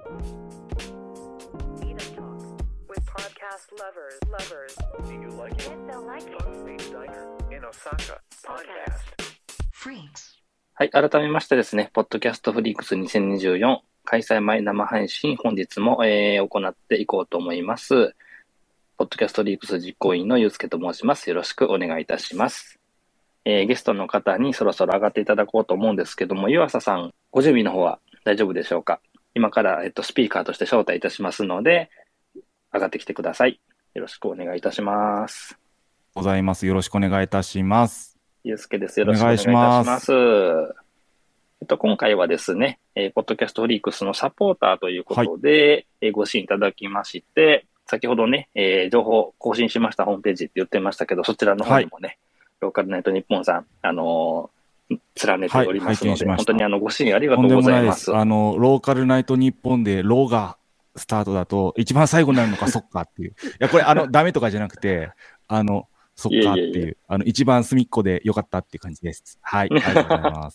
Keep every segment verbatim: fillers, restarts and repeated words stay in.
With podcast lovers, lovers. Do you like it? Yes, they'll like it. Fun-Based Diner in Osaka podcast. Freaks. はい、改めましてですね、ポッドキャストフリークスにせんにじゅうよん開催前生配信、本日も、えー、行っていこうと思います。ポッドキャストフリークス実行委員のゆうすけと申します。よろしくお願いいたします。えー、ゲストの方にそろそろ上がっていただこうと思うんですけども、湯浅さん、ご準備の方は大丈夫でしょうか？今から、えっと、スピーカーとして招待いたしますので、上がってきてください。よろしくお願いいたします。 ございます。よろしくお願いいたします。 ゆうすけです。よろしくお願いいたします。ますえっと、今回はですね、えー、ポッドキャストフリークスのサポーターということで、はい、えー、ご支援いただきまして、先ほどね、えー、情報更新しましたホームページって言ってましたけど、そちらの方にもね、はい、ローカルナイトニッポンさん、あのー、連ねておりますので、はい、本当にあのご支援ありがとうございます。 とんでもないです。あの、ローカルナイトニッポンでローがスタートだと、一番最後になるのか、そっかっていう。いや、これ、あの、ダメとかじゃなくて、あの、そっかっていう、いやいやいやあの、一番隅っこでよかったっていう感じです。はい、ありがとうございます。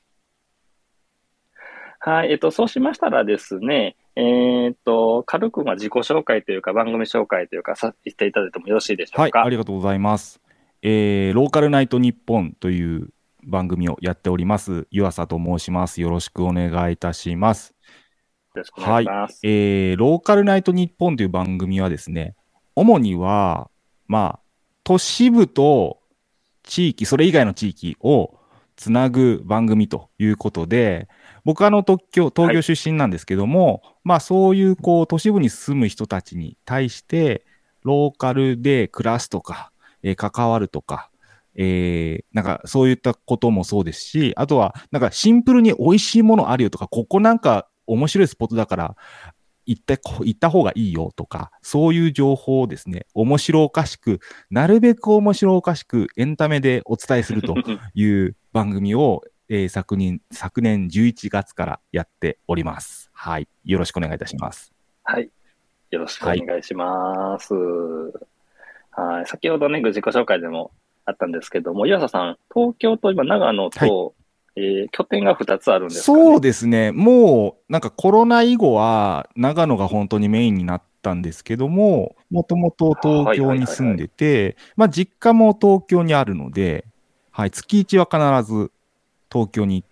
はい、えっと、そうしましたらですね、えー、っと、軽くまあ自己紹介というか、番組紹介というか、させていただいてもよろしいでしょうか。 はい、ありがとうございます。えー、ローカルナイトニッポンという番組をやっております、湯浅と申します。よろしくお願いいたします。 よろしくお願いします。 はい、えー、ローカルナイトニッポンという番組はですね、主には、まあ、都市部と地域、それ以外の地域をつなぐ番組ということで、僕はあの東京、東京出身なんですけども、はい、まあそういうこう都市部に住む人たちに対して、ローカルで暮らすとか、えー、関わるとか、えー、なんかそういったこともそうですし、あとはなんかシンプルに美味しいものあるよとか、ここなんか面白いスポットだから行って行った方がいいよとか、そういう情報をですね、面白おかしく、なるべく面白おかしくエンタメでお伝えするという番組を、えー、昨年、昨年じゅういちがつからやっております。はい。よろしくお願いいたします。 はい。よろしくお願いします。はい。先ほどね、自己紹介でもあったんですけども、湯浅さん、東京と今長野と、はいえー、拠点がふたつあるんですかね。 そうですね。もう、なんかコロナ以後は、長野が本当にメインになったんですけども、もともと東京に住んでて、まあ実家も東京にあるので、はい、月いちは必ず東京に行って、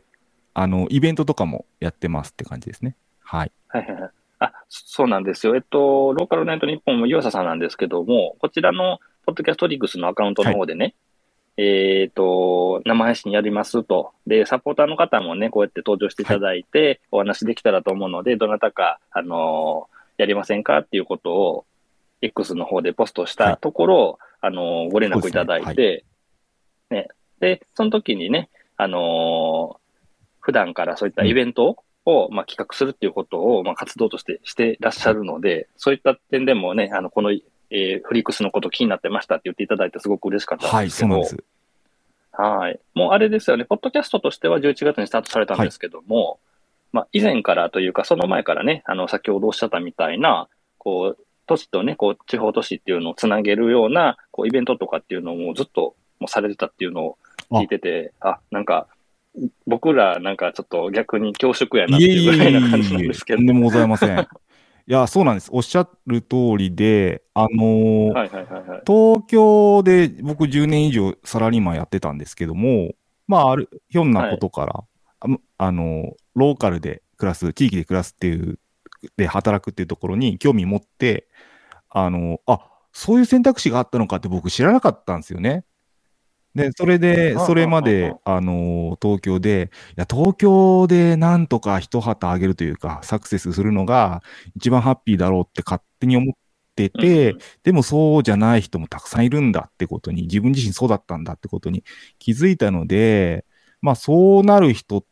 あの、イベントとかもやってますって感じですね。はい。 はいはいはい。あ、そうなんですよ。えっと、ローカルナイトニッポンも湯浅さんなんですけども、こちらのポッドキャストリックスのアカウントの方でね、はいえっ、ー、と、生配信やりますと。で、サポーターの方もね、こうやって登場していただいて、はい、お話できたらと思うので、どなたか、あのー、やりませんかっていうことを、X の方でポストしたところ、はい、あのー、ご連絡いただいて、ね、はい、ね。で、その時にね、あのー、普段からそういったイベントを、うん、まあ、企画するっていうことを、まあ、活動としてしてらっしゃるので、はい、そういった点でもね、あの、この、えー、フリックスのこと気になってましたって言っていただいてすごく嬉しかったんですけど。はい、そうなんです。はい。もうあれですよね、ポッドキャストとしてはじゅういちがつにスタートされたんですけども、はい、まあ以前からというかその前からね、あの先ほどおっしゃったみたいな、こう、都市とね、こう、地方都市っていうのをつなげるような、こう、イベントとかっていうのをもうずっともうされてたっていうのを聞いてて、あ、あなんか、僕らなんかちょっと逆に恐縮やなっていうぐらいな感じなんですけど。 とんでもございません。いや、そうなんです。おっしゃる通りで、あのーはいはいはいはい、東京で僕じゅうねん以上サラリーマンやってたんですけども、まあ、ある、ひょんなことから、はい、あの、ローカルで暮らす、地域で暮らすっていう、で働くっていうところに興味持って、あの、あ、そういう選択肢があったのかって僕知らなかったんですよね。で、それで、それまで、あの、東京で、いや、東京でなんとか一旗あげるというか、サクセスするのが一番ハッピーだろうって勝手に思ってて、うん、でもそうじゃない人もたくさんいるんだってことに、自分自身そうだったんだってことに気づいたので、まあそうなる人って、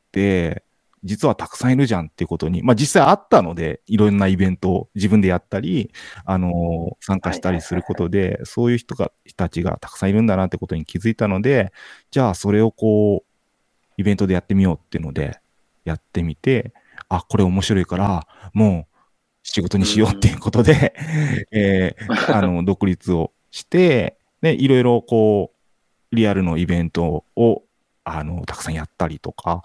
実はたくさんいるじゃんっていうことに、まあ実際あったので、いろんなイベントを自分でやったり、あのー、参加したりすることで、そういう人が、人たちがたくさんいるんだなってことに気づいたので、じゃあそれをこう、イベントでやってみようっていうので、やってみて、あ、これ面白いから、もう仕事にしようっていうことで、えー、あの、独立をして、で、いろいろこう、リアルのイベントを、あの、たくさんやったりとか、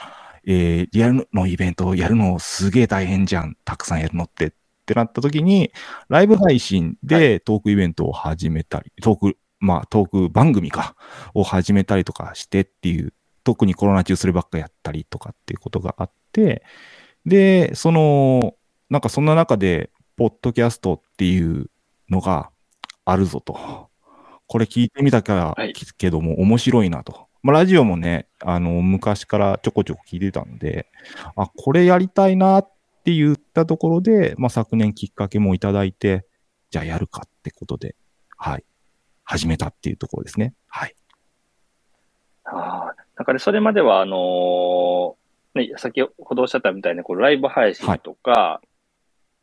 えー、リアルのイベントをやるのすげえ大変じゃん。たくさんやるのってってなった時に、ライブ配信でトークイベントを始めたり、トーク、まあトーク番組か、を始めたりとかしてっていう、特にコロナ中そればっかやったりとかっていうことがあって、で、その、なんかそんな中で、ポッドキャストっていうのがあるぞと。これ聞いてみたから、はい、けども面白いなと。まあ、ラジオもね、あの、昔からちょこちょこ聞いてたんで、あ、これやりたいなって言ったところで、まあ、昨年きっかけもいただいて、じゃあやるかってことで、はい。始めたっていうところですね。はい。 ああ、だからそれまでは、あのー、ね、先ほどおっしゃったみたいに、こう、ライブ配信とか、はい、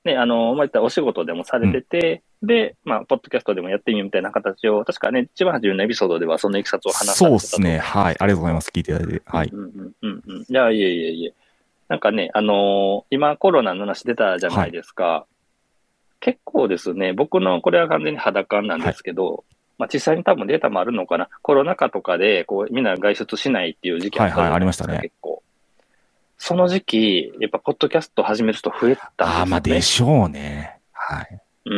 ね、あのー、まあ、いったお仕事でもされてて、うん、で、まあ、ポッドキャストでもやってみるみたいな形を、確かね、一番初めのエピソードではそのいきさつを話されてたと。 そうですね。はい。ありがとうございます。聞いていただいて。はい。 うんうんうんうん。いや、いえいえいえ。なんかね、あのー、今コロナの話出たじゃないですか。はい、結構ですね、僕の、これは完全に肌感なんですけど、はい、まあ、実際に多分データもあるのかな。コロナ禍とかで、こう、みんな外出しないっていう時期あったじゃないですか、はいはい、ありましたね。結構。その時期、やっぱ、ポッドキャスト始める人増えたんですよね。 ああ、まあ、でしょうね。はい。 うん。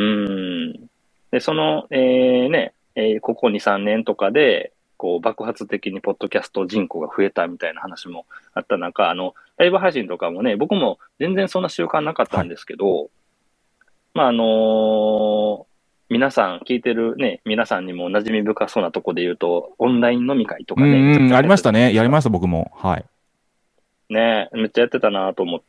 で、その、えー、ね、えー、ここに、さんねんとかで、こう、爆発的にポッドキャスト人口が増えたみたいな話もあった中、あの、ライブ配信とかもね、僕も全然そんな習慣なかったんですけど、はい、まあ、あのー、皆さん、聞いてるね、皆さんにも馴染み深そうなとこで言うと、オンライン飲み会とかね。 うんうん、ありましたね。やりました、僕も。はい。 ね、めっちゃやってたなと思って、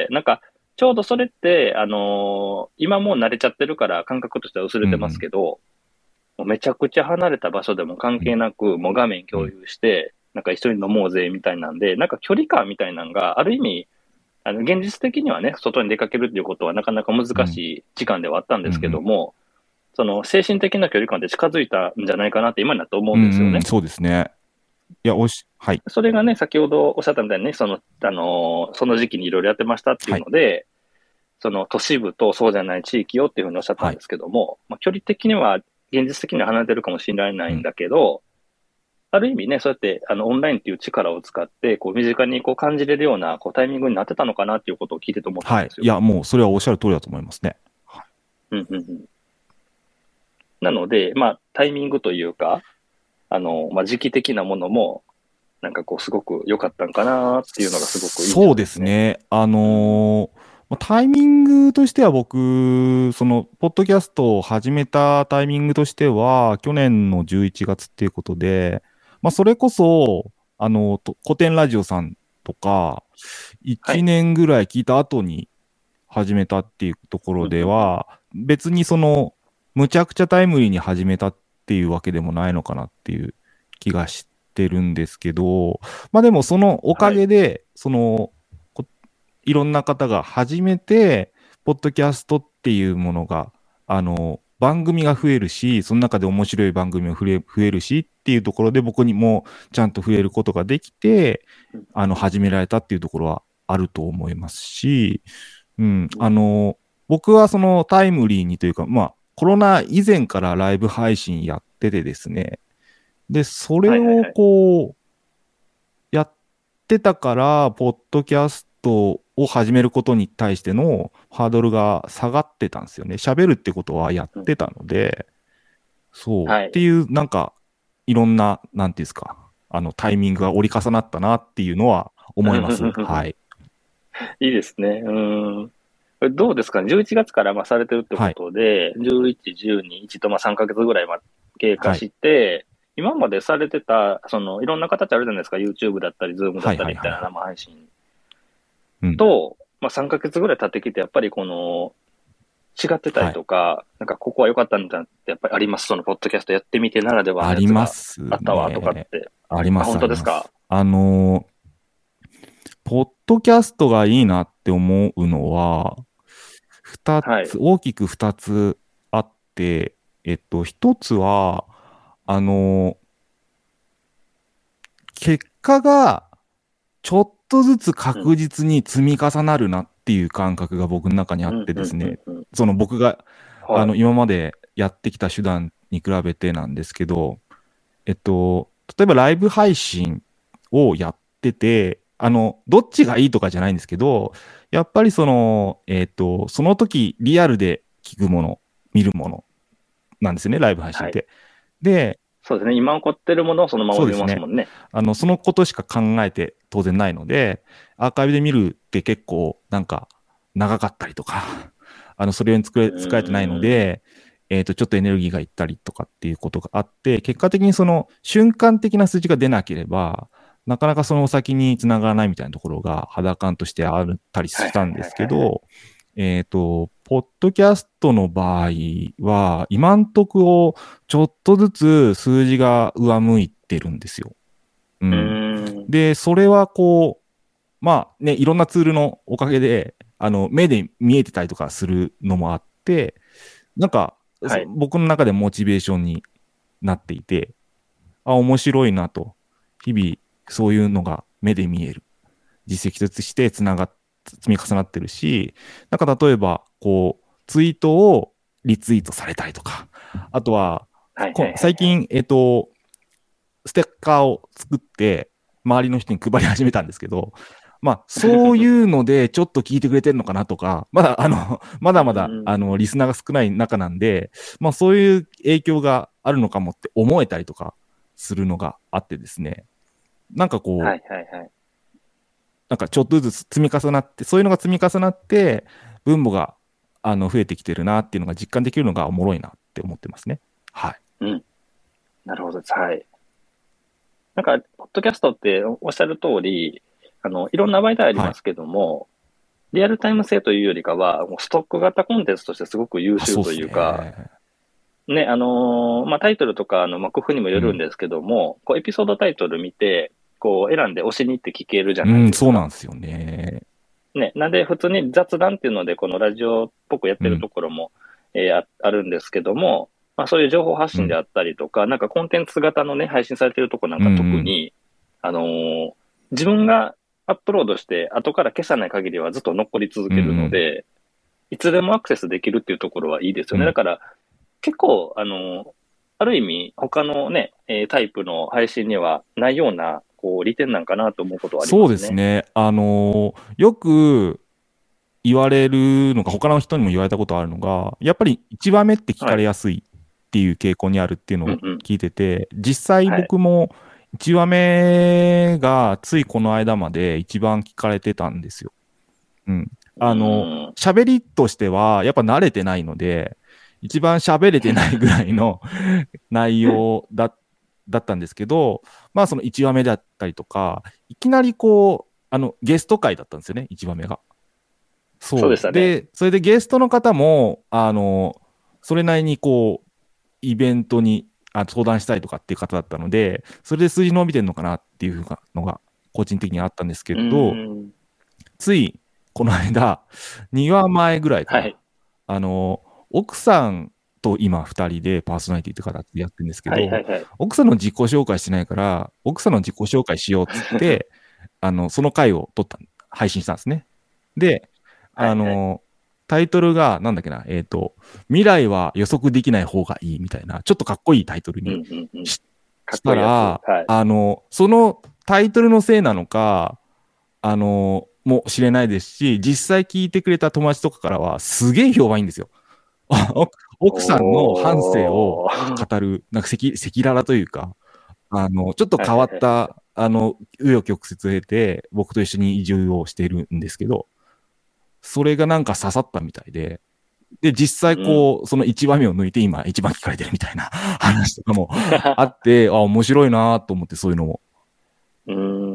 なんか、ちょうどそれって、あのー、今もう慣れちゃってるから感覚としては薄れてますけど、うんうん、もうめちゃくちゃ離れた場所でも関係なく、うん、もう画面共有して、なんか一緒に飲もうぜみたいなんで、なんか距離感みたいなのが、ある意味、あの、現実的にはね、外に出かけるっていうことはなかなか難しい時間ではあったんですけども、うんうん、その精神的な距離感で近づいたんじゃないかなって今になって思うんですよね。うんうん、 そうですね。いや、おし、はい。 それがね、先ほどおっしゃったみたいにね、その、あのー、その時期にいろいろやってましたっていうので、はい、その都市部とそうじゃない地域をっていうふうにおっしゃったんですけども、はい、まあ、距離的には現実的には離れてるかもしれないんだけど、うん、ある意味ね、そうやって、あの、オンラインっていう力を使って、こう、身近にこう感じれるような、こう、タイミングになってたのかなっていうことを聞いてて思ったんですよ。 はい。いや、もう、それはおっしゃる通りだと思いますね。はい。 うんうんうん。なので、まあ、タイミングというか、あの、まあ、時期的なものも、なんかこう、すごく良かったんかなっていうのがすごくいいですね。 そうですね。あのー、タイミングとしては僕、その、ポッドキャストを始めたタイミングとしては、去年のじゅういちがつっていうことで、まあ、それこそ、あの、古典ラジオさんとか、いちねんぐらい聞いた後に始めたっていうところでは、はい、別にその、むちゃくちゃタイムリーに始めたっていうわけでもないのかなっていう気がしてるんですけど、まあでもそのおかげで、はい、その、いろんな方が始めて、ポッドキャストっていうものが、あの、番組が増えるし、その中で面白い番組が増え、増えるしっていうところで僕にもちゃんと増えることができて、あの、始められたっていうところはあると思いますし、うん、あの、僕はそのタイムリーにというか、まあ、コロナ以前からライブ配信やっててですね、で、それをこう、やってたから、ポッドキャストを始めることに対してのハードルが下がってたんですよね。喋るってことはやってたので、そう、はい、っていう、なんか、いろんな、なんていうんですか、あの、タイミングが折り重なったなっていうのは思います。はい。 いいですね。うん。どうですかね、じゅういちがつからまあされてるってことで、はい、じゅういち、じゅうに、いちとまあさんかげつぐらいま経過して、はい、今までされてた、その、いろんな形あるじゃないですか、YouTube だったり、Zoom だったりみたいな生配信。と、まあさんかげつぐらい経ってきて、やっぱりこの、違ってたりとか、はい、なんかここは良かったんだってやっぱりあります。そのポッドキャストやってみてならではのやつがあったわとかって。 あります。 あ、本当ですか？ あのー、ポッドキャストがいいなって思うのは、二つ、はい、大きく二つあって、えっと、一つは、あのー、結果がちょっとずつ確実に積み重なるなっていう感覚が僕の中にあってですね、その僕が、はい、あの、今までやってきた手段に比べてなんですけど、えっと、例えばライブ配信をやってて、 あの、どっちがいいとかじゃないんですけど、やっぱりその、えっと、その時リアルで聞くもの、見るものなんですよね、ライブ配信って。はい、で、 そうですね、今起こってるものをそのまま見ますもんね。 ねあの、そのことしか考えて当然ないので、アーカイブで見るって結構なんか長かったりとか、あの、それに使え使えてないので、えっと、ちょっとエネルギーがいったりとかっていうことがあって、結果的にその瞬間的な数字が出なければ、なかなかそのお先につながらないみたいなところが肌感としてあったりしたんですけど、えっと、ポッドキャストの場合は、今んとこちょっとずつ数字が上向いてるんですよ。うん。で、それはこう、まあね、いろんなツールのおかげで、あの、目で見えてたりとかするのもあって、なんか、はい、僕の中でモチベーションになっていて、あ、面白いなと。日々、そういうのが目で見える。実績としてつながっ積み重なってるし、なんか例えば、こう、ツイートをリツイートされたりとか、あとは、はいはいはいはい、最近、えっと、ステッカーを作って、周りの人に配り始めたんですけど、まあ、そういうので、ちょっと聞いてくれてるのかなとか、まだ、あの、まだまだ、あの、リスナーが少ない中なんで、まあ、そういう影響があるのかもって思えたりとかするのがあってですね、なんかこう、はいはいはい、なんかちょっとずつ積み重なって、そういうのが積み重なって、分母があの増えてきてるなっていうのが実感できるのがおもろいなって思ってますね。はい。 うん。なるほどです。はい。なんか、ポッドキャストっておっしゃる通り、あの、いろんな媒体ありますけども、はい、リアルタイム性というよりかは、もうストック型コンテンツとしてすごく優秀というか、ね、あのー、まあ、タイトルとかの、まあ、工夫にもよるんですけども、うん、こう、エピソードタイトル見て、こう、選んで押しに行って聞けるじゃないですか。 うん、そうなんですよね。 ね、なんで、普通に雑談っていうので、このラジオっぽくやってるところも、うん、えー、あ、あるんですけども、まあ、そういう情報発信であったりとか、うん、なんかコンテンツ型のね、配信されてるところなんか特に、うん、あのー、自分がアップロードして、後から消さない限りはずっと残り続けるので、うん、いつでもアクセスできるっていうところはいいですよね。うん、だから、結構、あの、ある意味、他のね、えー、タイプの配信にはないような、こう、利点なんかなと思うことはありますね。 そうですね。あのー、よく言われるのが、他の人にも言われたことあるのが、やっぱりいちわめって聞かれやすいっていう傾向にあるっていうのを聞いてて、はい、実際僕もいちわめがついこの間まで一番聞かれてたんですよ。うん。あの、喋りとしては、やっぱ慣れてないので、一番喋れてないぐらいの内容だ、だったんですけど、まあそのいちわめだったりとか、いきなりこう、あの、ゲスト会だったんですよね、いちわめが。 そう。そうでしたね。 で、それでゲストの方も、あの、それなりにこう、イベントにあ相談したいとかっていう方だったので、それで数字伸びてるのかなっていうのが、個人的にあったんですけど、つい、この間、にわまえぐらいかな、はい、あの、奥さんと今ふたりでパーソナリティって形でやってるんですけど、はいはいはい、奥さんの自己紹介してないから、奥さんの自己紹介しようっつって、あの、その回を撮った、配信したんですね。で、あの、はいはい、タイトルが、なんだっけな、えっと、未来は予測できない方がいいみたいな、ちょっとかっこいいタイトルに し,、うんうんうん、したら、はい、あの、そのタイトルのせいなのか、あの、もしれないですし、実際聞いてくれた友達とかからは、すげえ評判いいんですよ。奥さんの半生を語る、なんか赤裸々というか、あの、ちょっと変わった、あの、紆余曲折を経て、僕と一緒に移住をしているんですけど、それがなんか刺さったみたいで、で、実際こう、うん、そのいちわめを抜いて今一番聞かれてるみたいな話とかもあって、あ、面白いなと思ってそういうのも。 うん、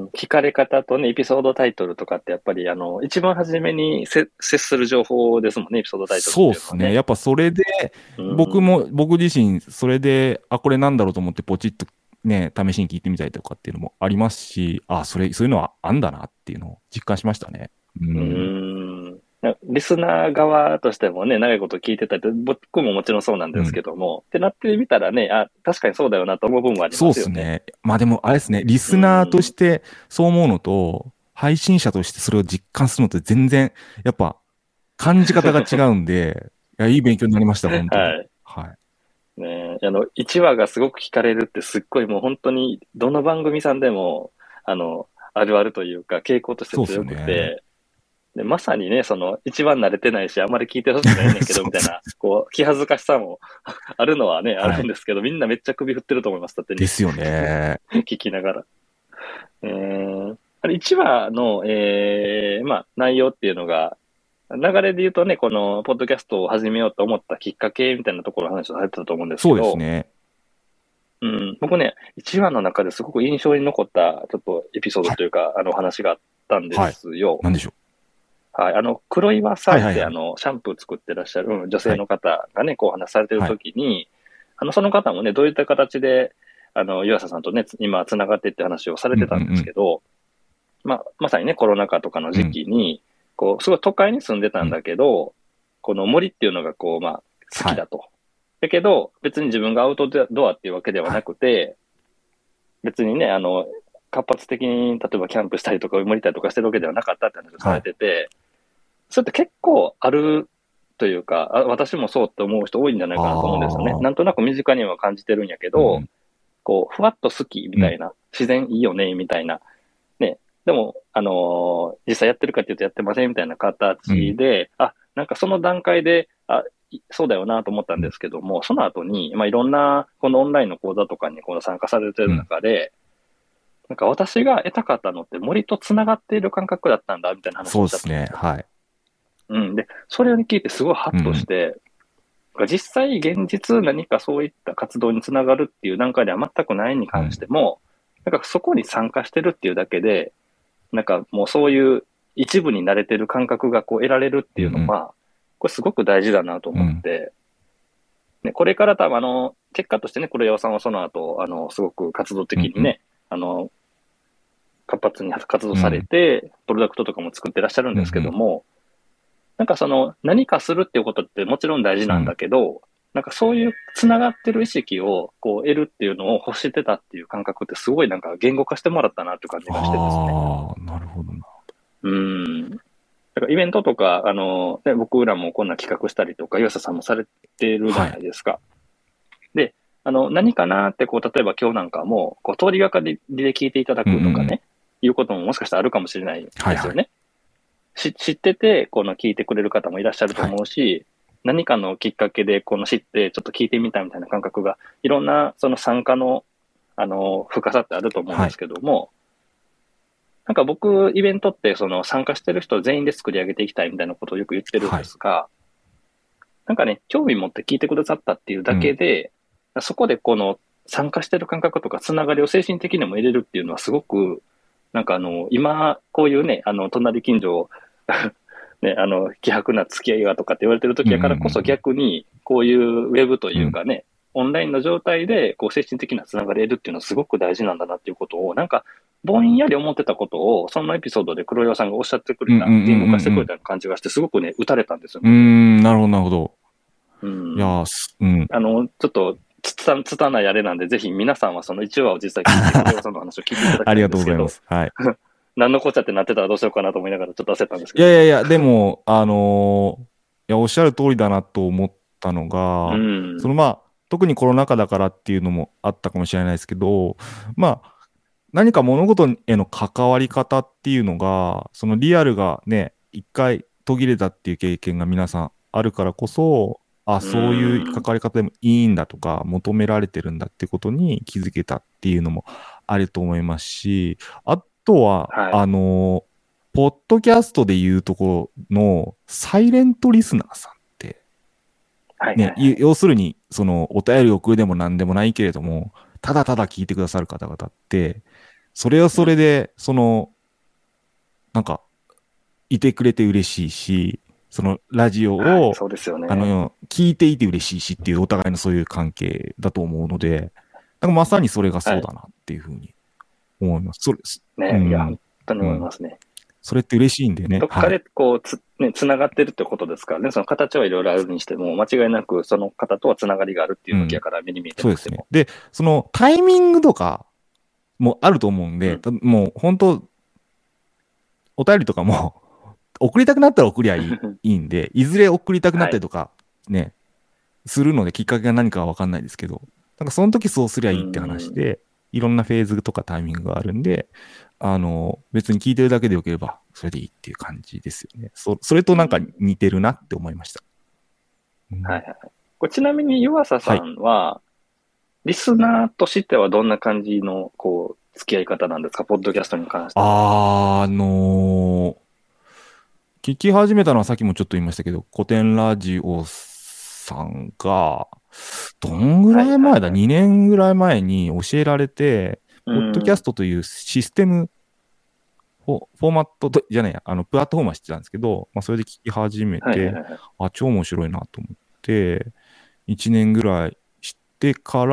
聞かれ方とね、エピソードタイトルとかってやっぱりあの、一番初めに接する情報ですもんね、エピソードタイトルっていうのは、ね。 そうですね。やっぱそれで、僕も、僕自身、それで、あ、これなんだろうと思ってポチッとね、試しに聞いてみたりとかっていうのもありますし、あ、それ、そういうのはあんだなっていうのを実感しましたね。 うん。うんリスナー側としてもね、長いこと聞いてたり、僕ももちろんそうなんですけども、うん、ってなってみたらね、あ、確かにそうだよなと思う部分はありますよね。 そうですね。まあでも、あれですね、リスナーとしてそう思うのと、うん、配信者としてそれを実感するのって全然、やっぱ、感じ方が違うんで、いや、いい勉強になりました、本当に。はい。はい。 ねあの、いちわがすごく聞かれるってすっごいもう本当に、どの番組さんでも、あの、 あるあるというか、傾向として強くて、で、ね、まさにね、その、一番慣れてないし、あんまり聞いてほしくないねんけど、みたいな、こう、気恥ずかしさもあるのはね、あるんですけど、はい、みんなめっちゃ首振ってると思います、だってね。 ですよね。 聞きながら。えー、あれいちわの、えー、まあ、内容っていうのが、流れで言うとね、この、ポッドキャストを始めようと思ったきっかけみたいなところの話をされてたと思うんですけど、 そうですね。 うん、僕ね、いちわの中ですごく印象に残った、ちょっとエピソードというか、はい、あの、話があったんですよ。 はい、何でしょう。 はい。あの、黒岩さんって、はいはいはい、あの、シャンプー作ってらっしゃる、うん、女性の方がね、こうお話されてるときに、はい、あの、その方もね、どういった形で、あの、湯浅さんとね、今、つながってって話をされてたんですけど、うんうんうん、まあ、まさにね、コロナ禍とかの時期に、うん、こう、すごい都会に住んでたんだけど、うん、この森っていうのが、こう、まあ、好きだと。はい、だけど、別に自分がアウトドアっていうわけではなくて、はい、別にね、あの、活発的に、例えばキャンプしたりとか、森ったりとかしてるわけではなかったって話をされてて、はい、それって結構あるというか、あ、私もそうって思う人多いんじゃないかなと思うんですよね。なんとなく身近には感じてるんやけど、うん、こう、ふわっと好きみたいな、うん、自然いいよね、みたいな。ね。でも、あのー、実際やってるかっていうとやってませんみたいな形で、うん、あ、なんかその段階で、あ、そうだよなと思ったんですけども、うん、その後に、まあ、いろんな、このオンラインの講座とかにこの参加されてる中で、うん、なんか私が得たかったのって森と繋がっている感覚だったんだ、みたいな話をしたんですよ。そうですね。はい。うん。で、それを聞いてすごいハッとして、うん、実際現実何かそういった活動につながるっていう段階では全くないに関しても、うん、なんかそこに参加してるっていうだけで、なんかもうそういう一部に慣れてる感覚がこう得られるっていうのは、うん、これすごく大事だなと思って、うん、ね、これから多分あの、結果としてね、黒岩さんはその後、あの、すごく活動的にね、うん、あの、活発に活動されて、うん、プロダクトとかも作ってらっしゃるんですけども、うんなんかその何かするっていうことってもちろん大事なんだけど、うん、なんかそういう繋がってる意識をこう得るっていうのを欲してたっていう感覚ってすごいなんか言語化してもらったなっていう感じがしてですね。 ああ、なるほどな。 うん。だからイベントとか、あの、ね、僕らもこんな企画したりとか、岩佐さんもされてるじゃないですか。はい、で、あの、何かなってこう、例えば今日なんかも、こう、通りがかりで聞いていただくとかね、うんうん、いうことももしかしたらあるかもしれないですよね。はいはい知ってて、この聞いてくれる方もいらっしゃると思うし、はい、何かのきっかけでこの知ってちょっと聞いてみたみたいな感覚が、いろんなその参加の、あの、深さってあると思うんですけども、はい、なんか僕、イベントってその参加してる人全員で作り上げていきたいみたいなことをよく言ってるんですが、はい、なんかね、興味持って聞いてくださったっていうだけで、うん、そこでこの参加してる感覚とかつながりを精神的にも入れるっていうのはすごく、なんかあの、今、こういうね、あの、隣近所、ね、あの、希薄な付き合いがとかって言われてる時やからこそ逆に、こういうウェブというかね、オンラインの状態で、こう、精神的なつながれるっていうのはすごく大事なんだなっていうことを、なんか、ぼんやり思ってたことを、そのエピソードで黒岩さんがおっしゃってくれた、言語化してくれた感じがして、すごくね、打たれたんですよね。 うーん、なるほど、なるほど。 うん。 いやうん。 あの、ちょっと、つた、つたないあれなんで、ぜひ皆さんはそのいちわを実際聞いて、黒岩さんの話を聞いていただきたいんですけど。 ありがとうございます。はい。 何のこっちゃってなってたらどうしようかなと思いながらちょっと焦ったんですけど。 いやいやいや、でも、あのー、いや、おっしゃる通りだなと思ったのが、うん、そのまあ、特にコロナ禍だからっていうのもあったかもしれないですけど、まあ、何か物事への関わり方っていうのが、そのリアルがね、一回途切れたっていう経験が皆さんあるからこそ、あ、そういう関わり方でもいいんだとか、求められてるんだってことに気づけたっていうのもあると思いますし、あとは、はい、あの、ポッドキャストでいうところのサイレントリスナーさんって、はいはいはい、ね、要するに、その、お便り送るでも何でもないけれども、ただただ聞いてくださる方々って、それはそれで、その、なんか、いてくれて嬉しいし、そのラジオを、はい、 そうですよね、 あの、聞いていて嬉しいしっていうお互いのそういう関係だと思うので、なんかまさにそれがそうだなっていうふうに思います。それね、うん、いや、本当に思いますね、うん。 それって嬉しいんでね。 どっかでこう、つ、ね、つながってるってことですからね。その形はいろいろあるにしても、間違いなくその方とはつながりがあるっていう時やから目に見えてますけど、うん、そうですね。で、そのタイミングとかもあると思うんで、うん、もう本当、お便りとかも、送りたくなったら送りゃいいいいんで、いずれ送りたくなったりとかね、はい、するのできっかけが何かは分かんないですけど、なんかその時そうすりゃいいって話で、いろんなフェーズとかタイミングがあるんで、 あの、別に聞いてるだけでよければ、それでいいっていう感じですよね。そそれとなんか似てるなって思いました。 うん、はいはい。これちなみに湯浅さんは、はい、リスナーとしてはどんな感じの、こう、付き合い方なんですか、ポッドキャストに関しては。 あー、あのー、聞き始めたのはさっきもちょっと言いましたけど、古典ラジオさんが、どんぐらい前だ、はいはいはい、にねんぐらい前に教えられて、ポッドキャストというシステム、フォフォーマットじゃないや、あの、プラットフォームは知ってたんですけど、まあ、それで聞き始めて、はいはいはい、あ、超面白いなと思って、いちねんぐらいしてから、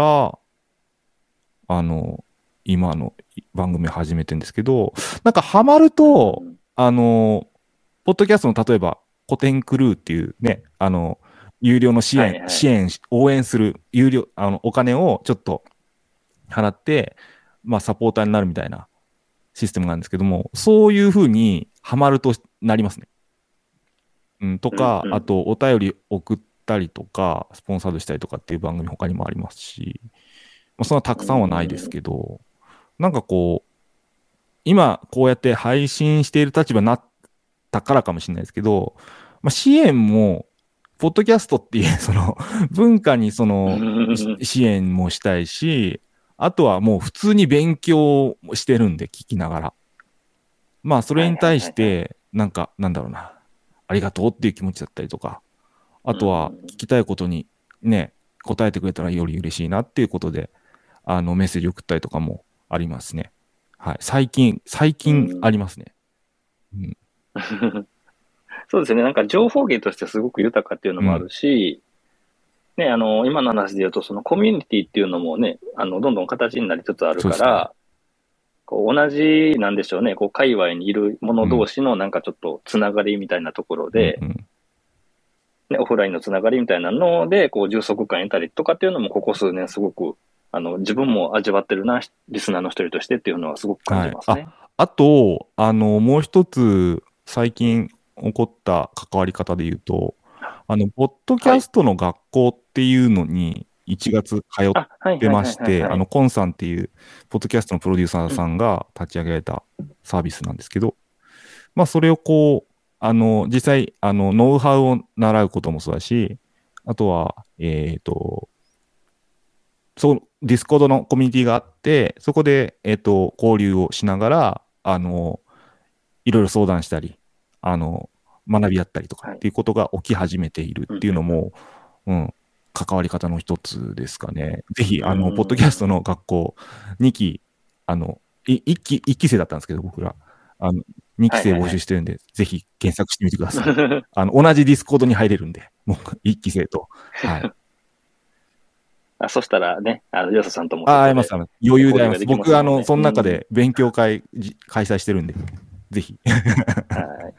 あの、今の番組を始めてるんですけど、なんかハマると、うん、あの、ポッドキャストの例えば、古典クルーっていうね、あの、有料の支援、はいはい、支援、応援する、有料、あの、お金をちょっと払って、まあ、サポーターになるみたいなシステムなんですけども、そういうふうにハマるとなりますね。うん、とか、うんうん、あと、お便り送ったりとか、スポンサードしたりとかっていう番組他にもありますし、まあ、そんなたくさんはないですけど、なんかこう、今こうやって配信している立場になったからかもしれないですけど、まあ、支援も、ポッドキャストっていう、その、文化にその、支援もしたいし、あとはもう普通に勉強してるんで、聞きながら。まあ、それに対して、なんか、なんだろうな、ありがとうっていう気持ちだったりとか、あとは聞きたいことにね、答えてくれたらより嬉しいなっていうことで、あの、メッセージ送ったりとかもありますね。はい。最近、最近ありますね。うん。 そうですね。なんか情報源としてすごく豊かっていうのもあるし、うん、ね、あの、今の話で言うと、そのコミュニティっていうのもね、あの、どんどん形になりつつあるから、こう同じ、なんでしょうね、こう、界隈にいる者同士のなんかちょっとつながりみたいなところで、うんうん、ね、オフラインのつながりみたいなので、こう、充足感得たりとかっていうのも、ここ数年すごく、あの、自分も味わってるな、リスナーの一人としてっていうのはすごく感じますね。はい、 あ、あと、あの、もう一つ、最近起こった関わり方で言うと、あの、ポッドキャストの学校っていうのに、いちがつ通ってまして、あの、コンさんっていう、ポッドキャストのプロデューサーさんが立ち上げられたサービスなんですけど、うん、まあ、それをこう、あの、実際、あの、ノウハウを習うこともそうだし、あとは、えっと、そう、ディスコードのコミュニティがあって、そこで、えっと、交流をしながら、あの、いろいろ相談したり、あの、学び合ったりとかっていうことが起き始めているっていうのも、うん、関わり方の一つですかね。ぜひ、あの、ポッドキャストの学校、にき、あの、いっき、いっき生だったんですけど、僕ら。あの、にき生募集してるんで、はいはいはい、ぜひ検索してみてください。あの、同じディスコードに入れるんで、もういっき生と。はい。 あ、そしたらね、あの、ヨサさんとも。 あ、会えます、余裕で会えます。僕、あの、その中で勉強会、うん、開催してるんで、ぜひ。はい。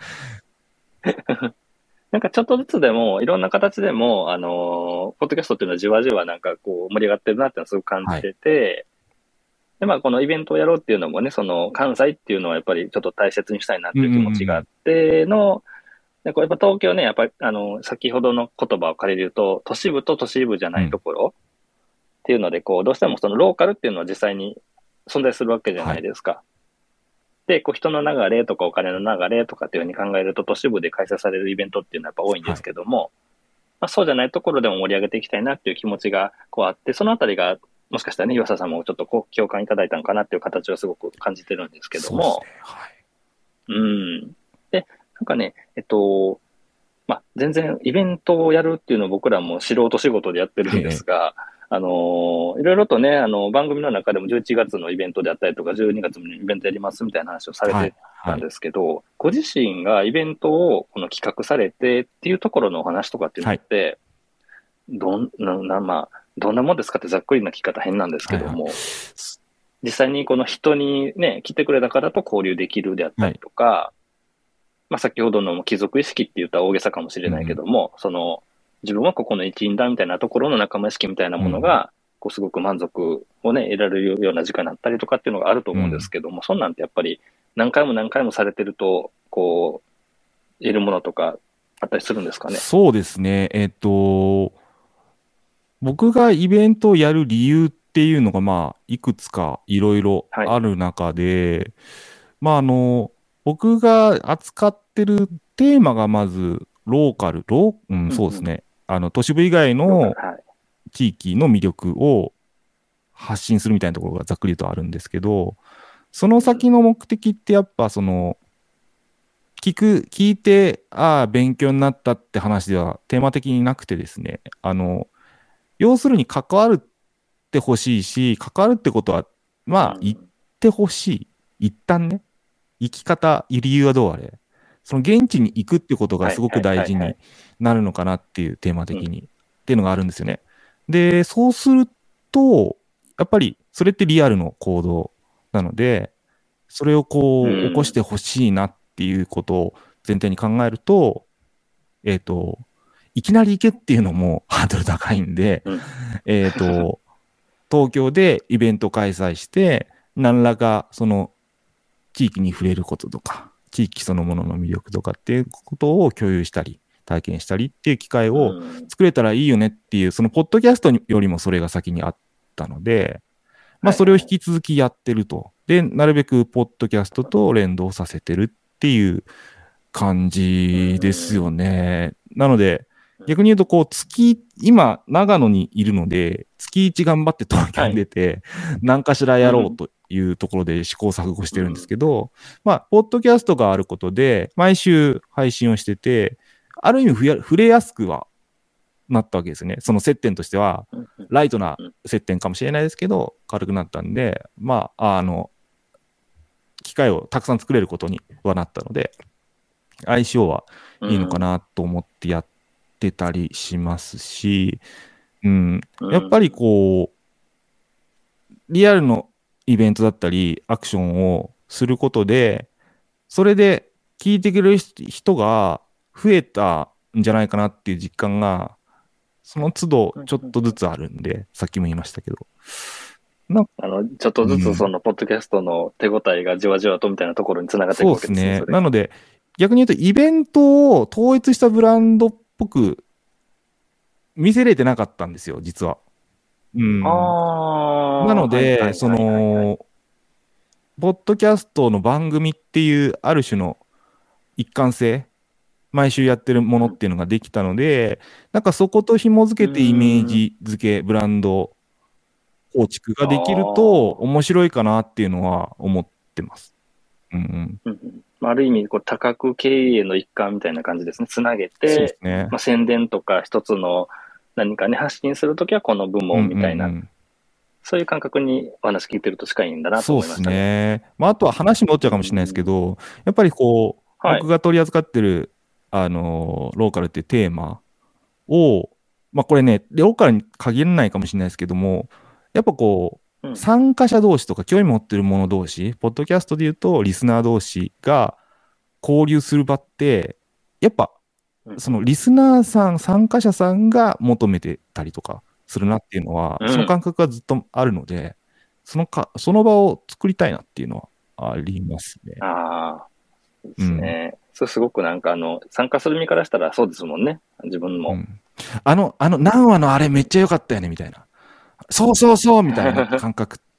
なんかちょっとずつでも、いろんな形でも、あのー、ポッドキャストっていうのはじわじわなんかこう盛り上がってるなっていうのはすごく感じてて、はい、で、まあこのイベントをやろうっていうのもね、その関西っていうのはやっぱりちょっと大切にしたいなっていう気持ちがあっての、でこれやっぱ東京ね、やっぱりあの、先ほどの言葉を借りると、都市部と都市部じゃないところっていうので、こう、どうしてもそのローカルっていうのは実際に存在するわけじゃないですか。はい、で、こう人の流れとかお金の流れとかっていうふうに考えると、都市部で開催されるイベントっていうのはやっぱ多いんですけども、はい、まあ、そうじゃないところでも盛り上げていきたいなっていう気持ちがこうあって、そのあたりが、もしかしたらね、岩佐さんもちょっとこう共感いただいたのかなっていう形をすごく感じてるんですけども。そうですね。はい。うん。で、なんかね、えっと、まあ、全然イベントをやるっていうのを僕らも素人仕事でやってるんですが、あのー、いろいろとね、あの、番組の中でもじゅういちがつのイベントであったりとか、じゅうにがつのイベントやりますみたいな話をされてたんですけど、はいはい、ご自身がイベントをこの企画されてっていうところのお話とかっていうのって、はい、どんな、まあ、どんなもんですかってざっくりな聞き方変なんですけども、はいはい、実際にこの人にね、来てくれた方と交流できるであったりとか、はい、まあ先ほどの貴族意識って言ったら大げさかもしれないけども、うん、その、自分はここの一員だみたいなところの仲間意識みたいなものが、うん、こうすごく満足をね、得られるような時間になったりとかっていうのがあると思うんですけども、うん、そんなんてやっぱり何回も何回もされてると、こう、得るものとかあったりするんですかね。 そうですね。えっと、僕がイベントをやる理由っていうのが、まあ、いくつかいろいろある中で、はい、 まあ、あの、僕が扱ってるテーマがまず、ローカル、ロー、うん、そうですね。うんうん、あの、都市部以外の地域の魅力を発信するみたいなところがざっくりとあるんですけど、その先の目的ってやっぱその、聞く、聞いて、ああ、勉強になったって話ではテーマ的になくてですね、あの、要するに関わるってほしいし、関わるってことは、まあ、言ってほしい。一旦ね、生き方、理由はどうあれ、その現地に行くってことがすごく大事になるのかなっていうテーマ的に、っていうのがあるんですよね。で、そうすると、やっぱりそれってリアルの行動なので、それをこう、起こしてほしいなっていうことを前提に考えると、えっと、いきなり行けっていうのもハードル高いんで、えっと、東京でイベント開催して、何らかその地域に触れることとか、地域そのものの魅力とかっていうことを共有したり、体験したりっていう機会を作れたらいいよねっていう、そのポッドキャストよりもそれが先にあったので、まあそれを引き続きやってると。で、なるべくポッドキャストと連動させてるっていう感じですよね。なので、逆に言うと、こう、月、今、長野にいるので、月いち頑張って東京に出て、何かしらやろうというところで試行錯誤してるんですけど、まあ、ポッドキャストがあることで、毎週配信をしてて、ある意味ふや触れやすくはなったわけですね。その接点としては、ライトな接点かもしれないですけど、軽くなったんで、まあ、あの、機会をたくさん作れることにはなったので、相性はいいのかなと思ってやってたりしますし、うん、やっぱりこう、リアルのイベントだったり、アクションをすることで、それで聞いてくれる人が増えたんじゃないかなっていう実感が、その都度ちょっとずつあるんで、さっきも言いましたけど。 なあの、ちょっとずつその、ポッドキャストの手応えがじわじわとみたいなところにつながっていくわけですね。 そうですね。なので、逆に言うと、イベントを統一したブランドっぽく見せれてなかったんですよ、実は。うん。 あなので、その、ポッドキャストの番組っていうある種の一貫性、毎週やってるものっていうのができたので、なんかそこと紐づけてイメージ付け、ブランド構築ができると面白いかなっていうのは思ってます。うんうん。 ある意味、こう多角経営の一環みたいな感じですね。つなげて、そうですね。まあ、宣伝とか一つの何かね、発信するときはこの部門みたいな、うんうんうん、そういう感覚にお話聞いてると近いんだなと思いましたね。そうですね。 まあ、あとは話戻っちゃうかもしれないですけど、うん、やっぱりこう、はい、僕が取り扱ってる、あの、ローカルっていうテーマを、まあこれね、ローカルに限らないかもしれないですけども、やっぱこう、うん、参加者同士とか興味持ってる者同士、ポッドキャストで言うとリスナー同士が交流する場って、やっぱ、そのリスナーさん、参加者さんが求めてたりとかするなっていうのは、うん、その感覚がずっとあるので、そのか、その場を作りたいなっていうのはありますね。 ああ、ですね。うん、それすごくなんかあの、参加する身からしたらそうですもんね。自分も。うん、 あの、あの、何話のあれめっちゃ良かったよね、みたいな。そうそうそうみたいな感覚って、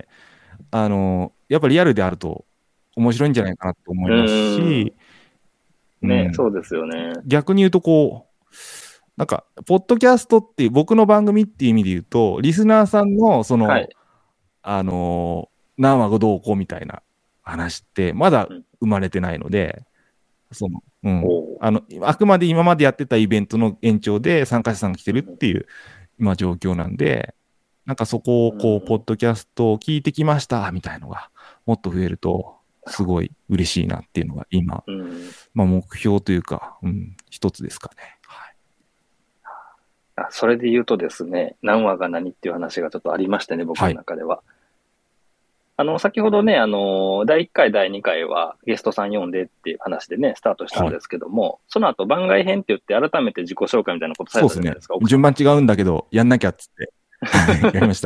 あの、やっぱりリアルであると面白いんじゃないかなと思いますし、 うん、ね、うん、そうですよね。 逆に言うとこう、なんか、ポッドキャストっていう、僕の番組っていう意味で言うと、リスナーさんの、その、はい、あの、何話がどうこうみたいな話って、まだ生まれてないので、その、うん、あの、あくまで今までやってたイベントの延長で参加者さんが来てるっていう、今状況なんで、なんかそこをこう、ポッドキャストを聞いてきましたみたいのがもっと増えると、すごい嬉しいなっていうのが今、うん、まあ目標というか、うん、一つですかね。はい、 あ、それで言うとですね、何話が何っていう話がちょっとありましてね、僕の中では。はい、あの、先ほどね、あの、だいいっかい、だいにかいはゲストさん呼んでっていう話でね、スタートしたんですけども、はい、その後番外編って言って改めて自己紹介みたいなことされたじゃないですか。 そうですね。順番違うんだけど、やんなきゃっつって。やりました。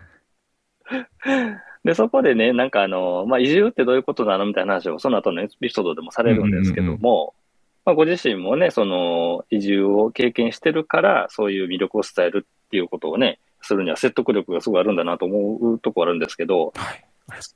で、そこでね、なんかあの、まあ、移住ってどういうことなのみたいな話をその後のエピソードでもされるんですけども、うんうんうん、まあ、ご自身もね、その移住を経験してるから、そういう魅力を伝えるっていうことをね、するには説得力がすごいあるんだなと思うところあるんですけど、はい、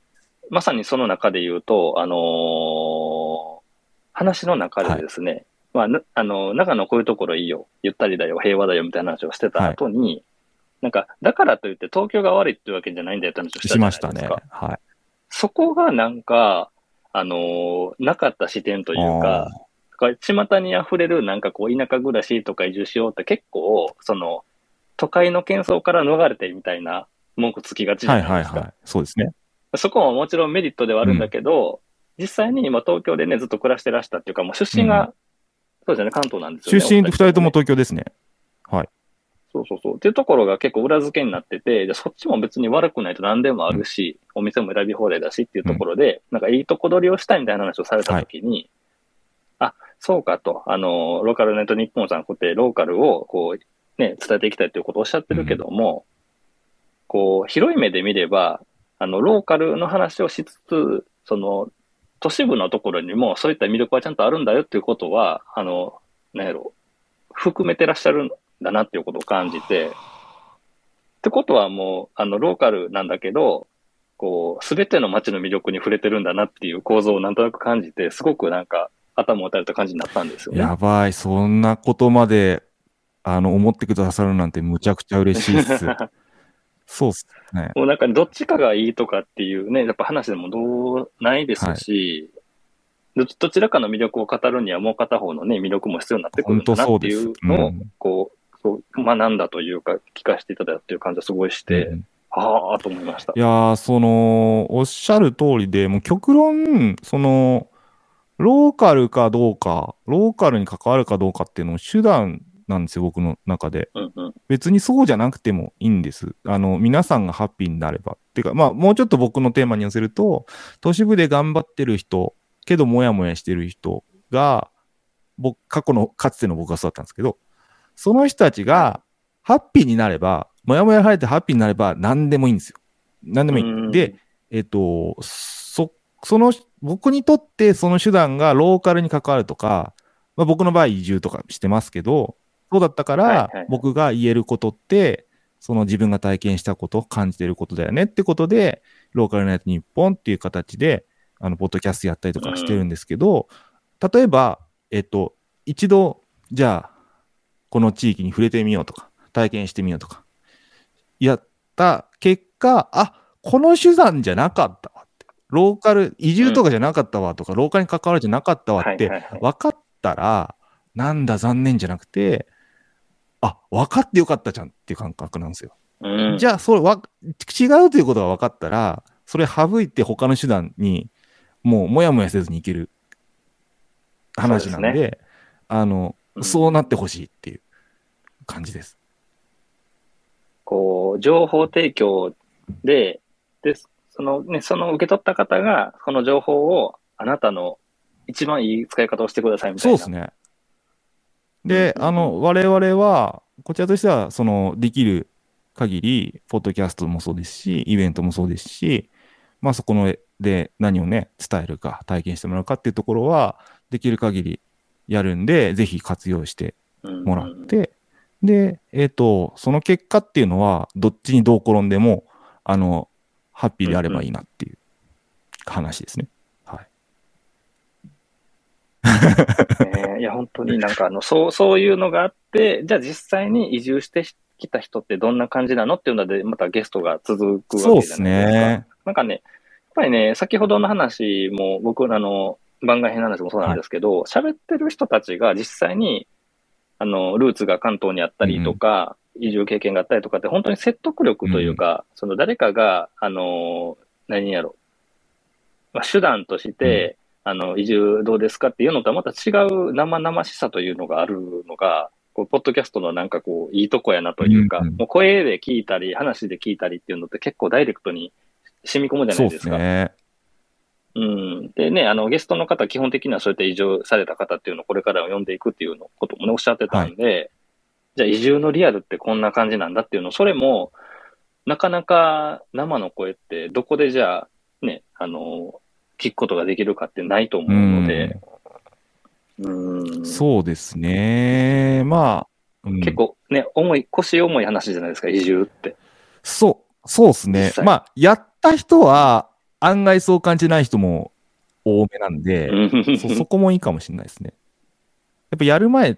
まさにその中で言うと、あのー、話の中でですね、はい、まあ、あの、長野こういうところいいよ、ゆったりだよ、平和だよみたいな話をしてた後に、はい、なんか、だからといって東京が悪いっていうわけじゃないんだよって話をしたじゃないですか。しましたね。はい。そこがなんか、あのー、なかった視点というか、巷に溢れるなんかこう田舎暮らしとか移住しようって結構、その、都会の喧騒から逃れてみたいな文句つきがちじゃないですか。はいはいはい。 そうですね。 そこももちろんメリットではあるんだけど、うん、実際に今東京でね、ずっと暮らしてらしたっていうか、もう出身が、うん、そうですね、関東なんですよね。 出身二人とも東京ですね。はい。 そうそうそう。っていうところが結構裏付けになってて、でそっちも別に悪くないと何でもあるし、うん、お店も選び放題だしっていうところで、うん、なんかいいとこ取りをしたいみたいな話をされたときに、はい、あ、そうかと、あの、ローカルネット日本さんこうやってローカルをこう、ね、伝えていきたいということをおっしゃってるけども、うん、こう、広い目で見れば、あの、ローカルの話をしつつ、その、都市部のところにもそういった魅力はちゃんとあるんだよっていうことは、あの、なんやろ、含めてらっしゃるんだなっていうことを感じて、ってことはもう、あの、ローカルなんだけど、こう、すべての街の魅力に触れてるんだなっていう構造をなんとなく感じて、すごくなんか、頭を打たれた感じになったんですよね。 やばい、そんなことまで、あの、思ってくださるなんてむちゃくちゃ嬉しいっす。そうっすね。 もうなんかどっちかがいいとかっていうね、やっぱ話でもどうないですし、はい、ど, どちらかの魅力を語るにはもう片方のね、魅力も必要になってくるんだなっていうのを、こう、そう学んだというか、聞かせていただいたという感じがすごいして、うん、はあと思いました。 いやー、その、おっしゃる通りで、もう極論、その、ローカルかどうか、ローカルに関わるかどうかっていうのを手段なんですよ、僕の中で。 うんうん、 別にそうじゃなくてもいいんです。あの、皆さんがハッピーになれば。っていうか、まあ、もうちょっと僕のテーマに寄せると、都市部で頑張ってる人、けどもやもやしてる人が、僕、過去の、かつての僕がそうだったんですけど、その人たちがハッピーになれば、もやもや晴れてハッピーになれば何でもいいんですよ。何でもいい。で、えっと、そ、その、僕にとってその手段がローカルに関わるとか、まあ、僕の場合移住とかしてますけど、そうだったから、僕が言えることって、その自分が体験したこと、感じてることだよねってことで、ローカルナイト日本っていう形で、あの、ポッドキャストやったりとかしてるんですけど、例えば、えっと、一度、じゃあ、この地域に触れてみようとか、体験してみようとか、やった結果、あ、この手段じゃなかったわって、ローカル、移住とかじゃなかったわとか、うん、ローカルに関わるじゃなかったわって、分かったら、なんだ残念じゃなくて、あ、分かってよかったじゃんっていう感覚なんですよ。 うん、 じゃあ、それわ、違うということが分かったら、それ省いて他の手段に、もうもやもやせずにいける話なんで、でね、あの、うん、そうなってほしいっていう感じです。 こう、情報提供で、で、そのね、その受け取った方が、この情報をあなたの一番いい使い方をしてくださいみたいな。 そうですね。で、あの、我々は、こちらとしては、その、できる限り、ポッドキャストもそうですし、イベントもそうですし、まあそこので何をね、伝えるか、体験してもらうかっていうところは、できる限りやるんで、ぜひ活用してもらって、で、えっと、その結果っていうのは、どっちにどう転んでも、あの、ハッピーであればいいなっていう話ですね。 えー、いや、本当になんかあの、そう、そういうのがあって、じゃあ実際に移住してきた人ってどんな感じなのっていうので、またゲストが続くわけじゃないですか。そうですね。なんかね、やっぱりね、先ほどの話も、僕あの、番外編の話もそうなんですけど、喋、はい、ってる人たちが実際に、あの、ルーツが関東にあったりとか、うん、移住経験があったりとかって、本当に説得力というか、うん、その誰かが、あの、何やろ、まあ、手段として、うんあの、移住どうですかっていうのとはまた違う生々しさというのがあるのが、こう、ポッドキャストのなんかこう、いいとこやなというか、うんうん、もう声で聞いたり、話で聞いたりっていうのって結構ダイレクトに染み込むじゃないですか。そうですね。うん。でね、あの、ゲストの方、基本的にはそうやって移住された方っていうのをこれから呼んでいくっていうのこともね、おっしゃってたんで、はい、じゃあ移住のリアルってこんな感じなんだっていうの、それも、なかなか生の声ってどこでじゃあ、ね、あの、聞くことができるかってないと思うので、 うん、うんそうですね。まあ、 うん、結構ね、重い、腰重い話じゃないですか、移住って。 そう、そうですね。まあ、やった人は、 案外そう感じない人も多めなんで、そ, そこもいいかもしれないですね。やっぱやる前って、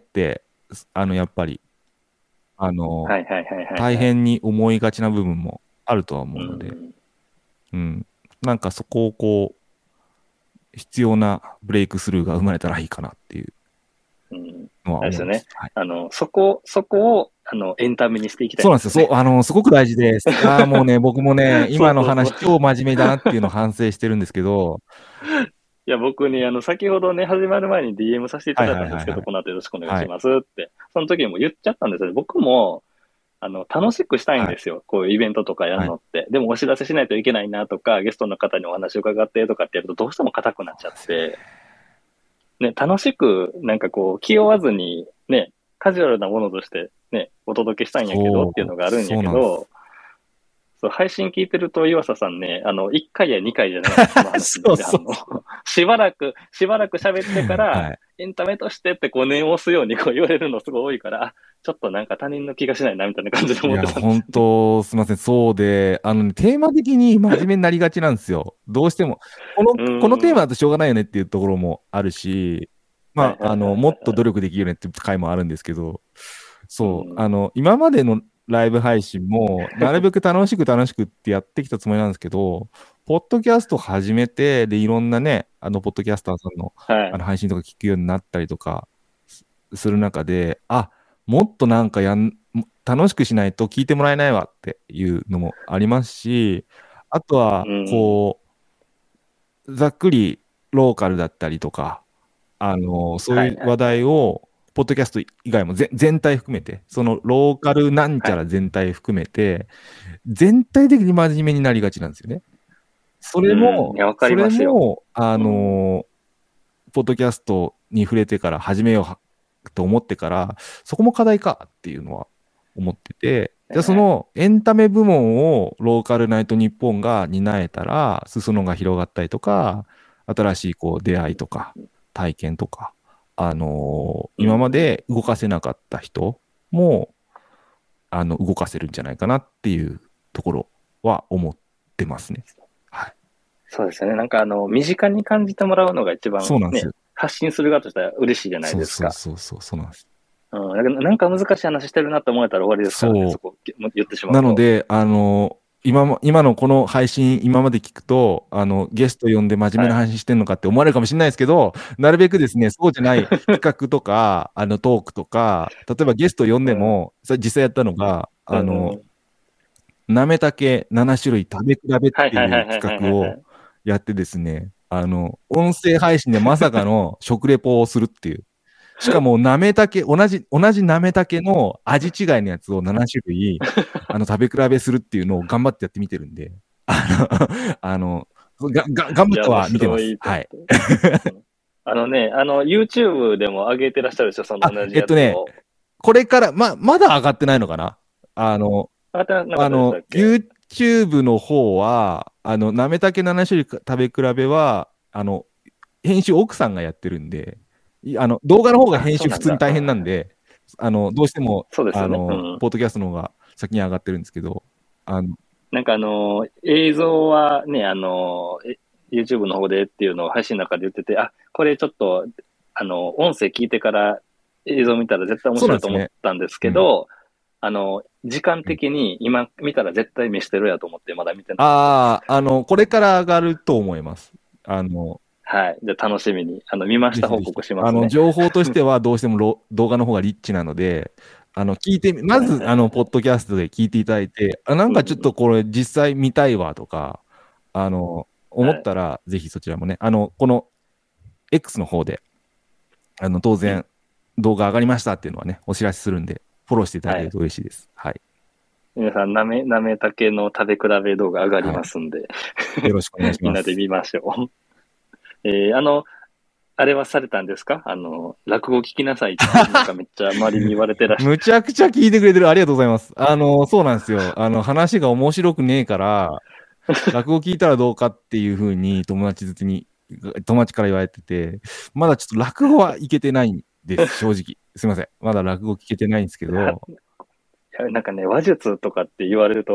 あの、やっぱり、あの、大変に思いがちな部分もあるとは思うので、うん、うん。なんかそこをこう、必要なブレイクスルーが生まれたらいいかなっていうのは思います。 うん、ですね。はい、あの、そこ、そこを、あの、エンタメにしていきたい、 ね。そうなんですよ。そう、あの、すごく大事です。ああ、もうね、僕もね、今の話、超真面目だなっていうのを反省してるんですけど、 いや、僕に、あの、先ほどね、始まる前に ディーエム させていただいたんですけど、この後よろしくお願いしますって、はい、その時にも言っちゃったんですよ。僕も、あの、楽しくしたいんですよ。はい、こういうイベントとかやるのって、はい。でもお知らせしないといけないなとか、ゲストの方にお話を伺ってとかってやるとどうしても硬くなっちゃって、ね、楽しく、なんかこう、気負わずに、ね、カジュアルなものとしてね、お届けしたいんやけどっていうのがあるんやけど、そう配信聞いてると岩佐さんね、あの、いっかいやにかいじゃないですか。そうそうしばらく、しばらく喋ってから、はい、エンタメとしてってこう念を押すようにこう言われるのすごい多いから、ちょっとなんか他人の気がしないなみたいな感じで思ってたんです。いや、 本当すみません。そうで、あの、ね、テーマ的に真面目になりがちなんですよ。どうしても。この、このテーマだとしょうがないよねっていうところもあるし、まあ、あの、もっと努力できるよねっていう回もあるんですけど、そう、あの、今までのライブ配信も、なるべく楽しく楽しくってやってきたつもりなんですけど、ポッドキャスト始めて、で、いろんなね、あの、ポッドキャスターさんの、はい、あの配信とか聞くようになったりとかする中で、あ、もっとなんかやん、楽しくしないと聞いてもらえないわっていうのもありますし、あとは、こう、うん、ざっくりローカルだったりとか、あの、そういう話題を、ポッドキャスト以外も全体含めて、そのローカルなんちゃら全体含めて、はい、全体的に真面目になりがちなんですよね。それも、 うん、それも、あの、うん、ポッドキャストに触れてから始めようと思ってから、そこも課題かっていうのは思ってて、じゃあそのエンタメ部門をローカルナイトニッポンが担えたら、裾野が広がったりとか、新しいこう出会いとか体験とか、あのー、今まで動かせなかった人も、あの、動かせるんじゃないかなっていうところは思ってますね。はい。 そうですよね。なんかあの、身近に感じてもらうのが一番、ね、そうなんですよ。発信する側としては嬉しいじゃないですか。 そうそうそう、そうなんです。 うん、なんか難しい話してるなって思えたら終わりですからね、そこ言ってしまうと。 なので、あのー、今も、今のこの配信、今まで聞くと、あの、ゲスト呼んで真面目な配信してんのかって思われるかもしれないですけど、はい、なるべくですね、そうじゃない企画とか、あの、トークとか、例えばゲスト呼んでも、うん、実際やったのが、あの、なめたけなな種類食べ比べっていう企画をやってですね、あの、音声配信でまさかの食レポをするっていう。しかも、なめたけ、同じ、同じなめたけの味違いのやつをなな種類、あの、食べ比べするっていうのを頑張ってやってみてるんで、あの、あの、が、が、頑張っては見てます。はい。 あのね、あの、YouTube でも上げてらっしゃるでしょ、その同じやつを。 えっとね、これから、ま、まだ上がってないのかなあの、 あの、YouTube の方は、あの、なめたけなな種類食べ比べは、あの、編集奥さんがやってるんで、あの動画の方が編集普通に大変なんで、あのどうしても、 そうですよね、 あの、うん、ポッドキャストの方が先に上がってるんですけど、あのなんかあの映像はね、あの YouTube の方でっていうのを配信の中で言ってて、あ、これちょっとあの音声聞いてから映像見たら絶対面白いと思ったんですけど、ね、うん、あの時間的に今見たら絶対見してるやと思ってまだ見てない。 ああ、あのこれから上がると思います。あのはい。じゃあ楽しみに。あの、見ました報告しますね。 あの、情報としてはどうしても動画の方がリッチなので、あの、聞いて、まず、あの、ポッドキャストで聞いていただいて、あ、なんかちょっとこれ実際見たいわとか、あの、思ったら、はい、ぜひそちらもね、あの、この X の方で、あの、当然、動画上がりましたっていうのはね、お知らせするんで、フォローしていただけると嬉しいです。はい。はい、 皆さん、なめ、なめたけの食べ比べ動画上がりますんで、 はい、よろしくお願いします。 みんなで見ましょう。えー、あの、あれはされたんですか？あの、落語聞きなさいって、なんかめっちゃ周りに言われてらっしゃる。 むちゃくちゃ聞いてくれてる。ありがとうございます。あの、そうなんですよ。あの、話が面白くねえから、落語聞いたらどうかっていうふうに友達ずつに、友達から言われてて、まだちょっと落語はいけてないんです、正直。すいません。まだ落語聞けてないんですけど。 いや、なんかね、話術とかって言われると、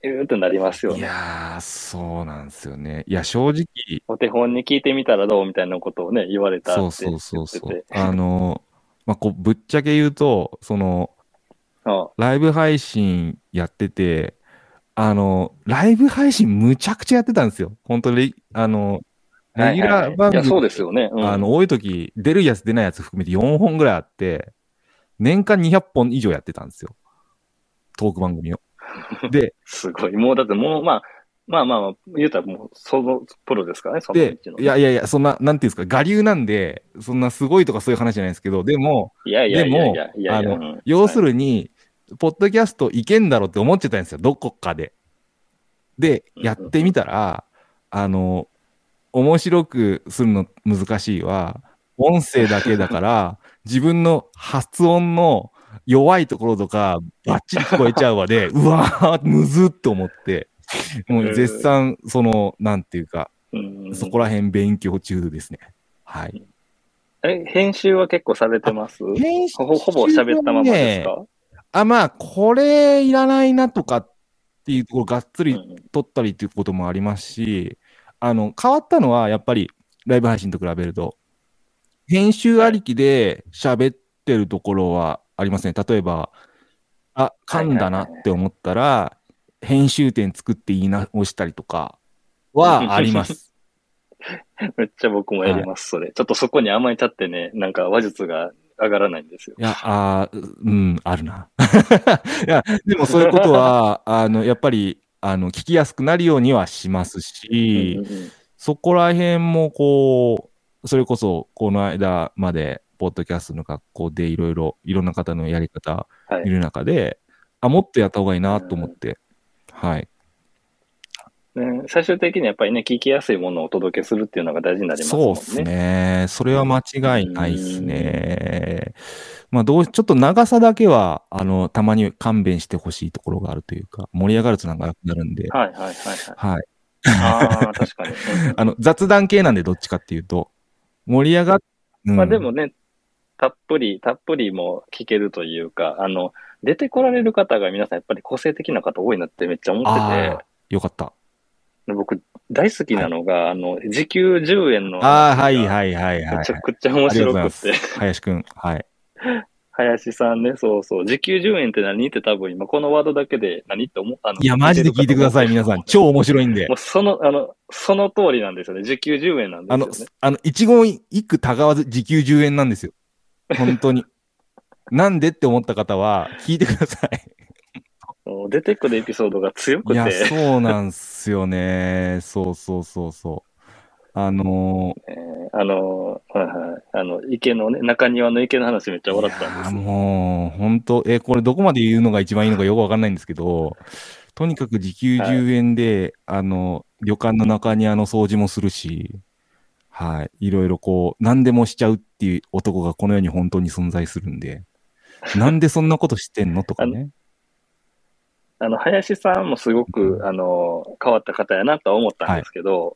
うーってなりますよね。 いやー、そうなんですよね。いや、正直。 お手本に聞いてみたらどうみたいなことをね、言われたって言ってて。 そうそうそうそう。あの、まあ、こう、ぶっちゃけ言うと、その、 ああライブ配信やってて、あの、ライブ配信むちゃくちゃやってたんですよ。本当に、あの、レギュラー番組、 いや、そうですよね。うん、 あの、多い時、出るやつ出ないやつ含めてよんほんぐらいあって、年間にひゃっぽん以上やってたんですよ。トーク番組を。で、 すごい。もうだってもう、まあ、まあまあまあ、言うたらもう、そのプロですからね、そので、 うちの、 いやいやいや、そんな、なんていうんですか、我流なんで、そんなすごいとかそういう話じゃないですけど、でも、 いやいやいやいやいやあの、うん、要するに、はい、ポッドキャストいけんだろって思っちゃったんですよ、どこかで。で、やってみたら、あの、面白くするの難しいは、音声だけだから、自分の発音の弱いところとか、バッチリ聞こえちゃうわで、うわー、むずって思って、もう絶賛、その、なんていうか、そこら辺勉強中ですね。はい。 え、編集は結構されてます？編集、ほぼ喋ったままですか？ あ、まあ、これいらないなとかっていうところがっつり撮ったりっていうこともありますし、あの、変わったのはやっぱりライブ配信と比べると、編集ありきで喋ってるところはありますね。例えば、あ、噛んだなって思ったら、編集点作って言い直したりとかはあります。 めっちゃ僕もやります、はい、それ。ちょっとそこに甘えちゃってね、なんか話術が上がらないんですよ。 いや、あうん、あるな。いや、でもそういうことは、あの、やっぱり、あの、聞きやすくなるようにはしますし、うんうんうん、そこら辺もこう、それこそ、この間まで、ポッドキャストの学校でいろいろ、いろんな方のやり方いる中で、はい、あ、もっとやった方がいいなと思って、うん、はい。 ね、最終的にやっぱりね、聞きやすいものをお届けするっていうのが大事になりますもんね。 そうですね。それは間違いないですね。まあ、どう、ちょっと長さだけは、あの、たまに勘弁してほしいところがあるというか、盛り上がると長くなるんで。 はいはいはいはい。 はい。 ああ、確かに。 あの、雑談系なんでどっちかっていうと、盛り上がっ、 うん、まあでもね、たっぷり、たっぷりも聞けるというか、あの、出てこられる方が皆さんやっぱり個性的な方多いなってめっちゃ思ってて。 よかった。 僕、大好きなのが、はい、あの、時給じゅうえんの話ああ、はいはいはいはい。 めちゃくちゃ面白くて。 林くん、はい。 林さんね、そうそう。時給じゅうえんって何って多分今このワードだけで何って思ったの。 いや、マジで聞いてください、皆さん。超面白いんで。 もうその、あの、その通りなんですよね。時給じゅうえんなんですよね。 あの、あの、一言一句たがわず時給じゅうえんなんですよ。本当に。なんでって思った方は、聞いてください。 出てくるエピソードが強くて。いや、 そうなんすよね。そうそうそうそう。あのー、えー、あのー、はいはい。あの、池のね、中庭の池の話めっちゃ笑ったんですよ。 もう、本当え、これどこまで言うのが一番いいのかよくわかんないんですけど、とにかく時給じゅうえんで、はい、あの、旅館の中庭の掃除もするし、はい。いろいろこう、何でもしちゃうっていう男がこの世に本当に存在するんで、なんでそんなことしてんのとかね。 あの、林さんもすごく、あの、変わった方やなとは思ったんですけど、はい、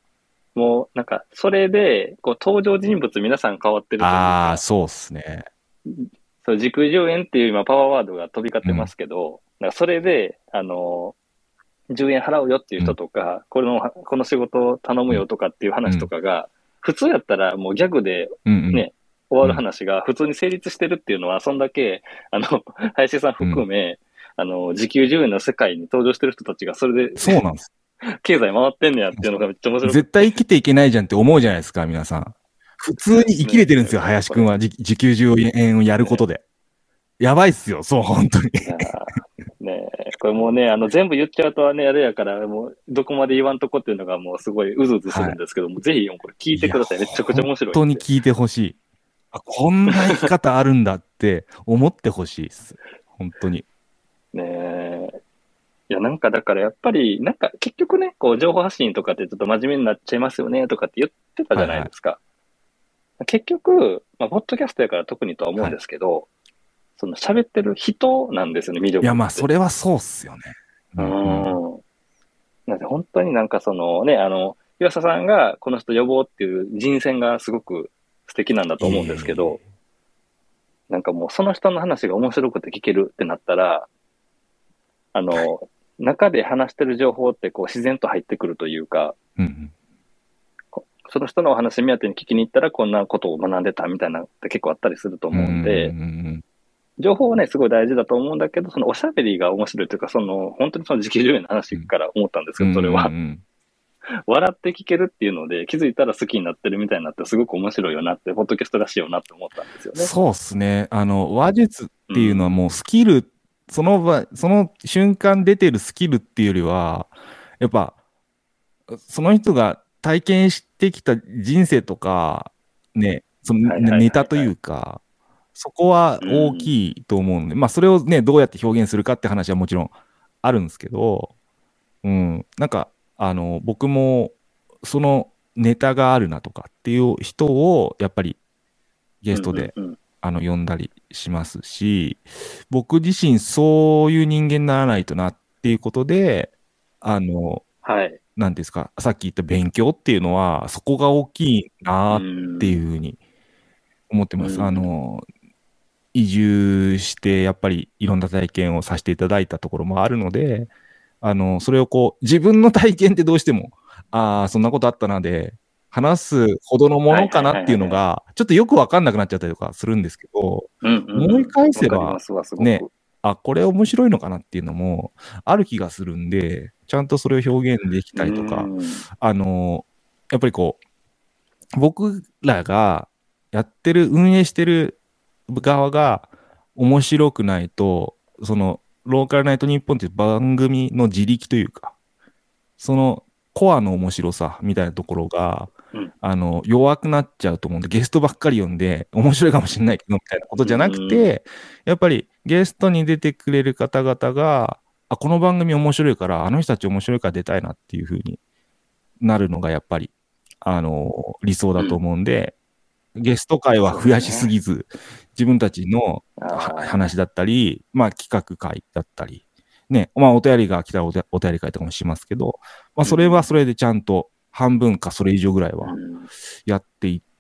もう、なんか、それで、こう、登場人物皆さん変わってるというか。 ああ、そうっすね。 そう、時給じゅうえんっていう今パワーワードが飛び交ってますけど、うん、なんかそれで、あの、じゅうえん払うよっていう人とか、うん、この、この仕事を頼むよとかっていう話とかが、うん、普通やったらもうギャグでね、うんうん、終わる話が普通に成立してるっていうのは、そんだけ、あの、林さん含め、うんあの、時給じゅうえんの世界に登場してる人たちがそれで、 そうなんです。 経済回ってんねやっていうのがめっちゃ面白い。 絶対生きていけないじゃんって思うじゃないですか、皆さん。普通に生きれてるんですよ、ね、林くんは。時給じゅうえんをやることで。ね、やばいっすよ、そう、本当に。 ねえ、これもうね、あの、全部言っちゃうとはね、あれやから、もう、どこまで言わんとこっていうのがもうすごいうずうずするんですけども、はい、ぜひこれ聞いてください。めちゃくちゃ面白い。 本当に聞いてほしい。あ、こんな生き方あるんだって思ってほしいです。本当に。 ねえ。いや、なんかだからやっぱり、なんか結局ね、こう情報発信とかってちょっと真面目になっちゃいますよねとかって言ってたじゃないですか。はいはい、結局、まあ、ポッドキャストやから特にとは思うんですけど、はい、その喋ってる人なんですよね、魅力って。 いや、まあ、それはそうっすよね。 うん。うん、なんで本当になんかそのね、あの、岩佐さんがこの人呼ぼうっていう人選がすごく素敵なんだと思うんですけど、なんかもうその人の話が面白くて聞けるってなったら、あの、はい、 中で話してる情報ってこう自然と入ってくるというか、うんうん、その人のお話目当てに聞きに行ったらこんなことを学んでたみたいなのって結構あったりすると思うんで、うんうんうん、情報はね、すごい大事だと思うんだけど、そのおしゃべりが面白いというか、その本当にその時期上映の話から思ったんですけど、それは。うんうんうん、笑って聞けるっていうので、気づいたら好きになってるみたいになってすごく面白いよなって、ポッドキャストらしいよなって思ったんですよね。 そうですね。あの、話術っていうのはもうスキル、うん、その場、その瞬間出てるスキルっていうよりは、やっぱ、その人が体験してきた人生とか、ね、そのネタというか、そこは大きいと思うので、うん、まあそれをね、どうやって表現するかって話はもちろんあるんですけど、うん、なんか、あの、僕もそのネタがあるなとかっていう人をやっぱりゲストで、うんうんうん、あの呼んだりしますし、僕自身そういう人間にならないとなっていうことで、あの、 はい、 なんですか、さっき言った勉強っていうのはそこが大きいなっていうふうに思ってます。あの、移住してやっぱりいろんな体験をさせていただいたところもあるので、あの、それをこう、自分の体験ってどうしても、ああ、そんなことあったなで、話すほどのものかなっていうのが、ちょっとよくわかんなくなっちゃったりとかするんですけど、 うんうん、 思い返せば、ね、あ、これ面白いのかなっていうのもある気がするんで、ちゃんとそれを表現できたりとか、あの、やっぱりこう、僕らがやってる、運営してる側が面白くないと、その、ローカルナイトニッポンっていう番組の自力というか、そのコアの面白さみたいなところが、うん、あの弱くなっちゃうと思うんで、ゲストばっかり呼んで面白いかもしれないけどみたいなことじゃなくて、やっぱりゲストに出てくれる方々が、あ、この番組面白いから、あの人たち面白いから出たいなっていう風になるのがやっぱり、あの理想だと思うんで、うん、ゲスト会は増やしすぎず、ね、自分たちの話だったり、まあ企画会だったり、ね、まあお便りが来たらお便り会とかもしますけど、まあそれはそれでちゃんと半分かそれ以上ぐらいはやっていって、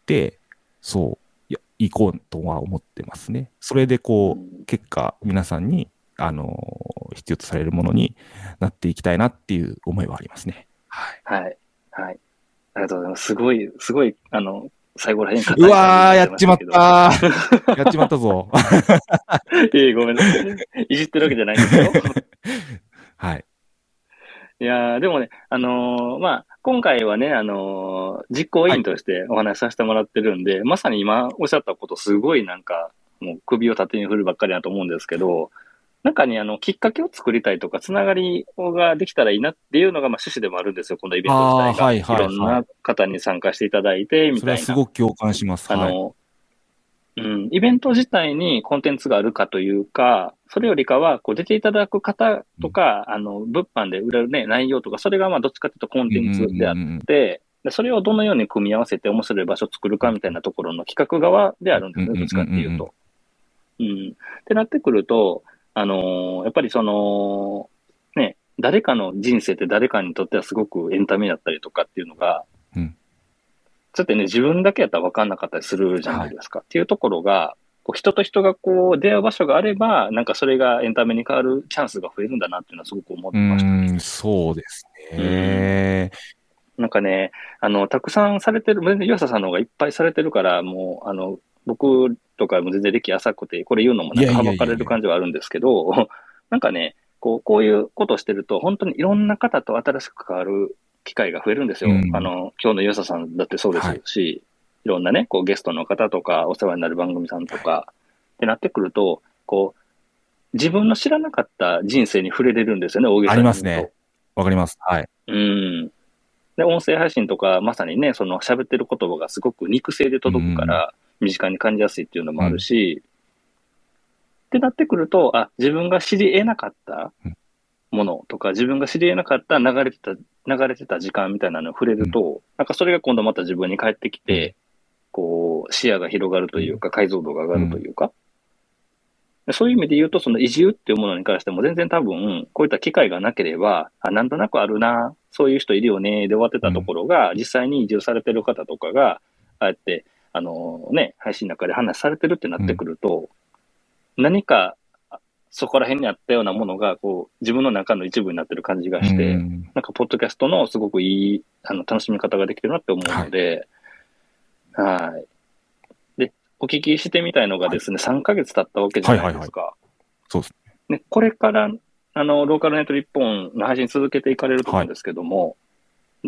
そう、や行こうとは思ってますね。それでこう、結果皆さんに、あの、必要とされるものになっていきたいなっていう思いはありますね。 はい。はい。はい。ありがとうございます。すごい、すごい、あの、最後らへんうわー、やっちまったー。やっちまったぞ。 いえ、ごめんなさい。いじってるわけじゃないんですよ。 はい。 いやー、でもね、あのー、まあ、今回はね、あのー、実行委員としてお話しさせてもらってるんで、はい、まさに今おっしゃったこと、すごいなんか、もう首を縦に振るばっかりだと思うんですけど、中にあの、きっかけを作りたいとか、つながりができたらいいなっていうのが、まあ、趣旨でもあるんですよ、このイベント自体が。はいはいはい、いろんな方に参加していただいて、みたいな。 それはすごく共感します。 あの、はい、うん、イベント自体にコンテンツがあるかというか、それよりかは、こう出ていただく方とか、うん、あの、物販で売れるね、内容とか、それがまあどっちかというとコンテンツであって、でそれをどのように組み合わせて面白い場所を作るかみたいなところの企画側であるんですね、どっちかっていうと。うん。ってなってくると、あのー、やっぱりその、ね、誰かの人生って誰かにとってはすごくエンタメだったりとかっていうのが、うん、ちょっとね、自分だけやったら分かんなかったりするじゃないですか。はい、っていうところが、こう人と人がこう出会う場所があれば、なんかそれがエンタメに変わるチャンスが増えるんだなっていうのはすごく思ってました、ね。 うん、そうですね。 なんかね、あの、たくさんされてる、全然岩佐さんの方がいっぱいされてるから、もう、あの、僕とかも全然歴浅くて、これ言うのもなんかはばかれる感じはあるんですけど、なんかね、こう、こういうことをしてると、本当にいろんな方と新しく関わる機会が増えるんですよ。うん、あの、今日の岩佐さんだってそうですし、はい、いろんなね、こうゲストの方とか、お世話になる番組さんとか、はい、ってなってくると、こう、自分の知らなかった人生に触れれるんですよね、大げさに言うと。 ありますね。わかります。はい。 うん。で、音声配信とか、まさにね、その喋ってる言葉がすごく肉声で届くから、身近に感じやすいっていうのもあるし、うん、ってなってくると、あ、自分が知り得なかったものとか、自分が知り得なかった流れてた、流れてた時間みたいなのを触れると、うん、なんかそれが今度また自分に返ってきて、うん、こう、視野が広がるというか、解像度が上がるというか、うん、そういう意味で言うと、その移住っていうものに関しても全然多分、こういった機会がなければ、あ、なんとなくあるな、そういう人いるよね、で終わってたところが、うん、実際に移住されてる方とかが、ああやって、あのね、配信の中で話されてるってなってくると、うん、何かそこら辺にあったようなものが、こう、自分の中の一部になってる感じがして、うん、なんか、ポッドキャストのすごくいい、あの、楽しみ方ができてるなって思うので、はい。はいで、お聞きしてみたいのがですね、はい、さんかげつ経ったわけじゃないですか。はいはいはい、そうですね。これから、あの、ローカルネット日本の配信続けていかれると思うんですけども、はい、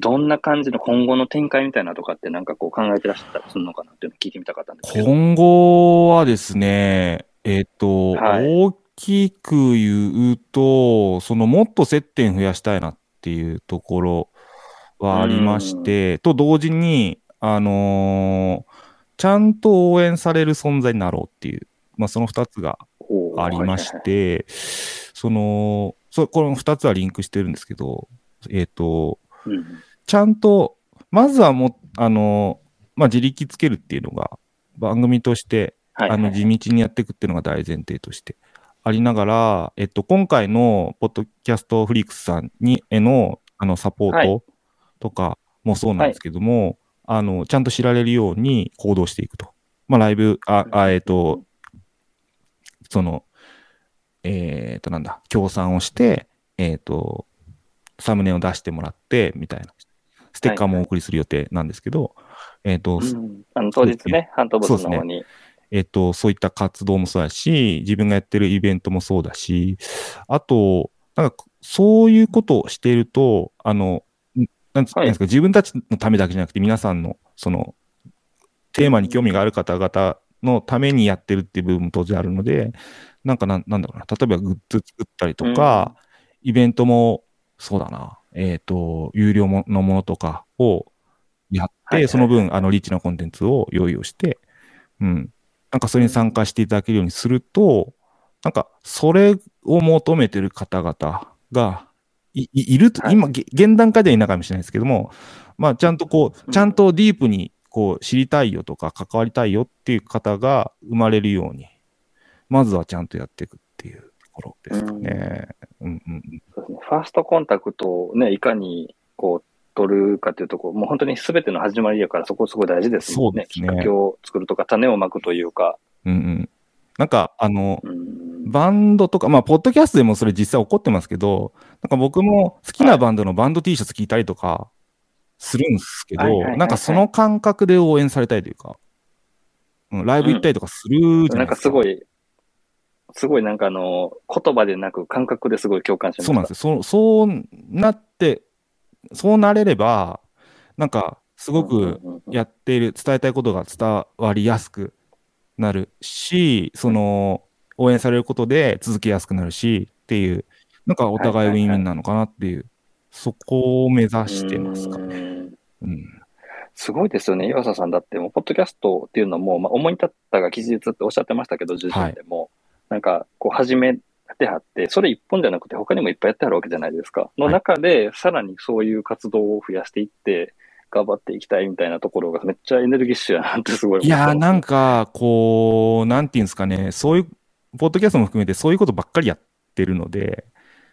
どんな感じの今後の展開みたいなとかってなんかこう考えてらっしゃったりするのかなっていうのを聞いてみたかったんですけど。 今後はですね、えっと、はい、大きく言うと、そのもっと接点増やしたいなっていうところはありまして、と同時に、あのー、ちゃんと応援される存在になろうっていう、まあその二つがありまして、その、そこの二つはリンクしてるんですけど、えっと、うん、ちゃんと、まずはも、あの、まあ、自力つけるっていうのが、番組として、はいはい、あの、地道にやっていくっていうのが大前提としてありながら、えっと、今回の、ポッドキャストフリークスさんに、への、あの、サポートとかもそうなんですけども、はい、あの、ちゃんと知られるように行動していくと。まあ、ライブ、あ、あえっと、その、えっと、なんだ、協賛をして、えっと、サムネを出してもらって、みたいな。ステッカーもお送りする予定なんですけど、はいはい、えっ、ー、と、 うん、あの当日ね、ハントボスの方に。 ね、えっ、ー、と、そういった活動もそうだし、自分がやってるイベントもそうだし、あと、なんか、そういうことをしていると、あの、なんですか、はい、自分たちのためだけじゃなくて、皆さんの、その、テーマに興味がある方々のためにやってるっていう部分も当然あるので、なんかな、なんだろうな、例えばグッズ作ったりとか、うん、イベントも、そうだな、えっ、ー、と、有料のものとかをやって、はいはいはいはい、その分、あの、リッチなコンテンツを用意をして、うん。なんかそれに参加していただけるようにすると、うん、なんか、それを求めてる方々がい、い, いると、はい、今、現段階ではいないかもしれないですけども、まあ、ちゃんとこう、ちゃんとディープに、こう、知りたいよとか、関わりたいよっていう方が生まれるように、まずはちゃんとやっていくっていうところですかね。うんうんうん、 そうですね。ファーストコンタクトをね、いかに、こう、取るかというところ、もう本当に全ての始まりやから、そこすごい大事ですもんね。きっかけを作るとか、種をまくというか。 うんうん。なんか、あの、バンドとか、まあ、ポッドキャストでもそれ実際起こってますけど、なんか僕も好きなバンドのバンド T シャツ着いたりとかするんですけど、はいはいはいはい、なんかその感覚で応援されたいというか、うん、ライブ行ったりとかするじゃないですか。うん、 なんかすごい、すごいなんかあの、言葉でなく感覚ですごい共感しました。 そうなんですよ。そう、そうなって、そうなれれば、なんか、すごくやっている、伝えたいことが伝わりやすくなるし、その、応援されることで続けやすくなるしっていう、なんかお互いウィンウィンなのかなっていう、はいはいはい、そこを目指してますかね。うん、 すごいですよね。岩佐さんだって、もう、ポッドキャストっていうのも、まあ、思い立ったが吉日っておっしゃってましたけど、自身でも、はい、なんか、こう、始めてはって、それ一本じゃなくて、他にもいっぱいやってはるわけじゃないですか。の中で、さらにそういう活動を増やしていって、頑張っていきたいみたいなところがめっちゃエネルギッシュやなってすごい思ってます。 いやーなんか、こう、なんていうんですかね、そういう、ポッドキャストも含めてそういうことばっかりやってるので、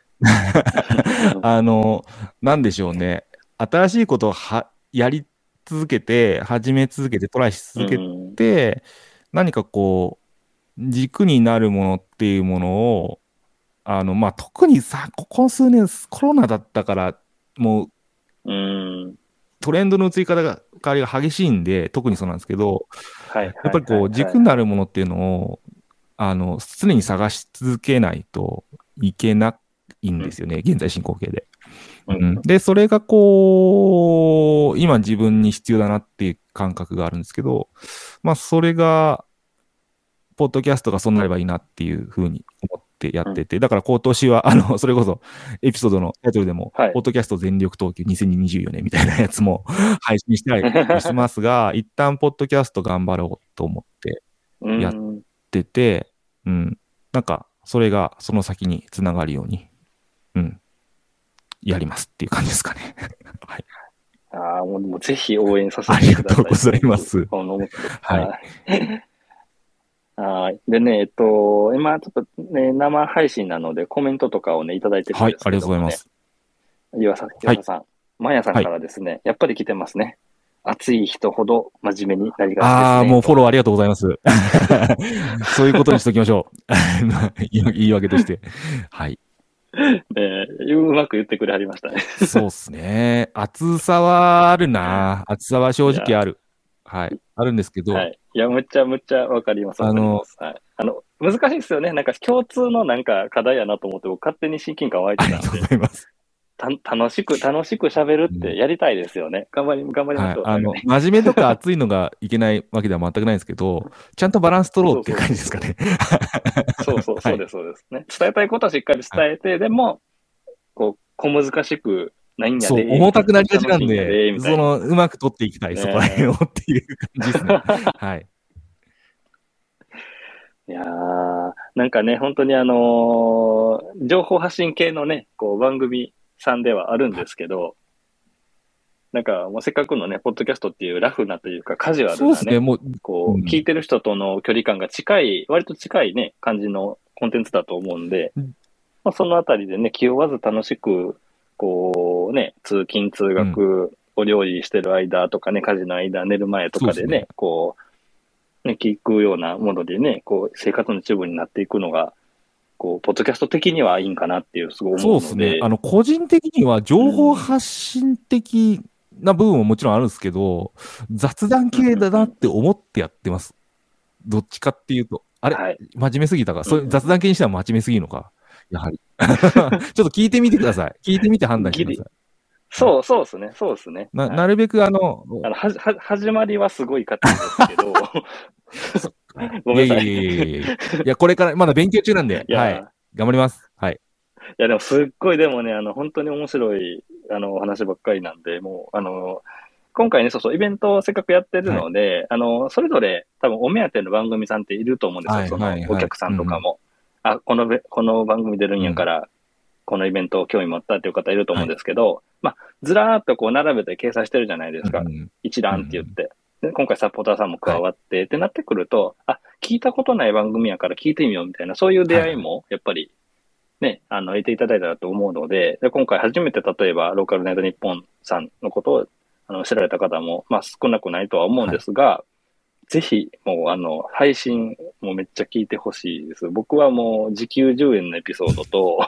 あの、なんでしょうね、新しいことをはやり続けて、始め続けて、トライし続けて、うん、何かこう、軸になるものっていうものを、あの、まあ、特にさ、ここ数年コロナだったから、もう、うんトレンドの移り方が、変わりが激しいんで、特にそうなんですけど、はいはいはいはい、やっぱりこう、軸になるものっていうのを、あの、常に探し続けないといけないんですよね、うん、現在進行形で、うんうん。で、それがこう、今自分に必要だなっていう感覚があるんですけど、まあ、それが、ポッドキャストがそうなればいいなっていうふうに思ってやってて、だから今年は、あの、それこそエピソードのタイトルでも、はい、ポッドキャスト全力投球にせんにじゅうよねんみたいなやつも配信したりしてますが、一旦ポッドキャスト頑張ろうと思ってやってて、うん、うん、なんか、それがその先につながるように、うん、やりますっていう感じですかね。はい。 ああ、もう、もうぜひ応援させてください。 ありがとうございます。 はい。はい。でね、えっと、今ちょっとね、生配信なのでコメントとかをね、いただいてるんですけど、ね、はい、ありがとうございます。岩佐、岩佐さん、はい、マヤさんからですね、はい、やっぱり来てますね。 熱い人ほど真面目になりがちですね。 ああ、もうフォローありがとうございます。そういうことにしておきましょう。言い訳として。はい。 ねえ、うまく言ってくれはりましたね。 そうっすね。熱さはあるな。熱さは正直ある。はい。あるんですけど。 はい。いや、むっちゃむっちゃわかります。あの、はい、あの、難しいですよね。なんか共通のなんか課題やなと思って、僕勝手に親近感湧いてたんで。 ありがとうございます。 た楽しく、楽しく喋るってやりたいですよね。うん、頑張り、頑張りましょう。 はい、あの、真面目とか熱いのがいけないわけでは全くないんですけど、ちゃんとバランス取ろうっていう感じですかね。 そうそう、そうです、そうですね。伝えたいことはしっかり伝えて、はい、でも、こう、小難しくないんやで。 そう、重たくなりがちなんで、その、うまく取っていきたい、ね、そこら辺をっていう感じですね。はい。 いやー、なんかね、本当にあのー、情報発信系のね、こう、番組さんではあるんですけど、なんかもうせっかくのね、ポッドキャストっていうラフなというかカジュアルなね、そうねもうこう、うん、聞いてる人との距離感が近い、割と近いね、感じのコンテンツだと思うんで、うん、まあ、そのあたりでね、気負わず楽しく、こうね、通勤通学、うん、お料理してる間とかね、家事の間、寝る前とかでね、ねこう、ね、聞くようなものでね、こう、生活の一部になっていくのが、こう、ポッドキャスト的にはいいんかなっていう、すごい思うので。 そうですね。あの、個人的には情報発信的、うんな部分ももちろんあるんですけど、雑談系だなって思ってやってます。どっちかっていうと。あれ、はい、真面目すぎたか、そういう雑談系にしては真面目すぎるのかやはり。ちょっと聞いてみてください。聞いてみて判断してください。 そう、そうですね。そうですね。 な、なるべくあの、 あの、は、は、始まりはすごい硬いですけど。ごめんなさい。 いやいやいやいやいや。いや、これからまだ勉強中なんで、はい。頑張ります。はい。 いや、でもすっごいでもね、あの、本当に面白い、あの、お話ばっかりなんで、もう、あの、今回ね、そうそう、イベントをせっかくやってるので、はい、あの、それぞれ多分お目当ての番組さんっていると思うんですよ、はい、そのお客さんとかも。はいはいうん、あ、この、この番組出るんやから、うん、このイベントを興味持ったっていう方いると思うんですけど、はい、まあ、ずらーっとこう並べて掲載してるじゃないですか。うん、一覧って言って。で今回サポーターさんも加わって、はい、ってなってくると、あ、聞いたことない番組やから聞いてみようみたいな、そういう出会いも、やっぱり、ね、あの、得ていただいたらと思うので、で今回初めて例えば、ローカルナイトニッポンさんのことをあの知られた方も、まあ少なくないとは思うんですが、はい、ぜひ、もうあの、配信もめっちゃ聞いてほしいです。僕はもう時給じゅうえんのエピソードと、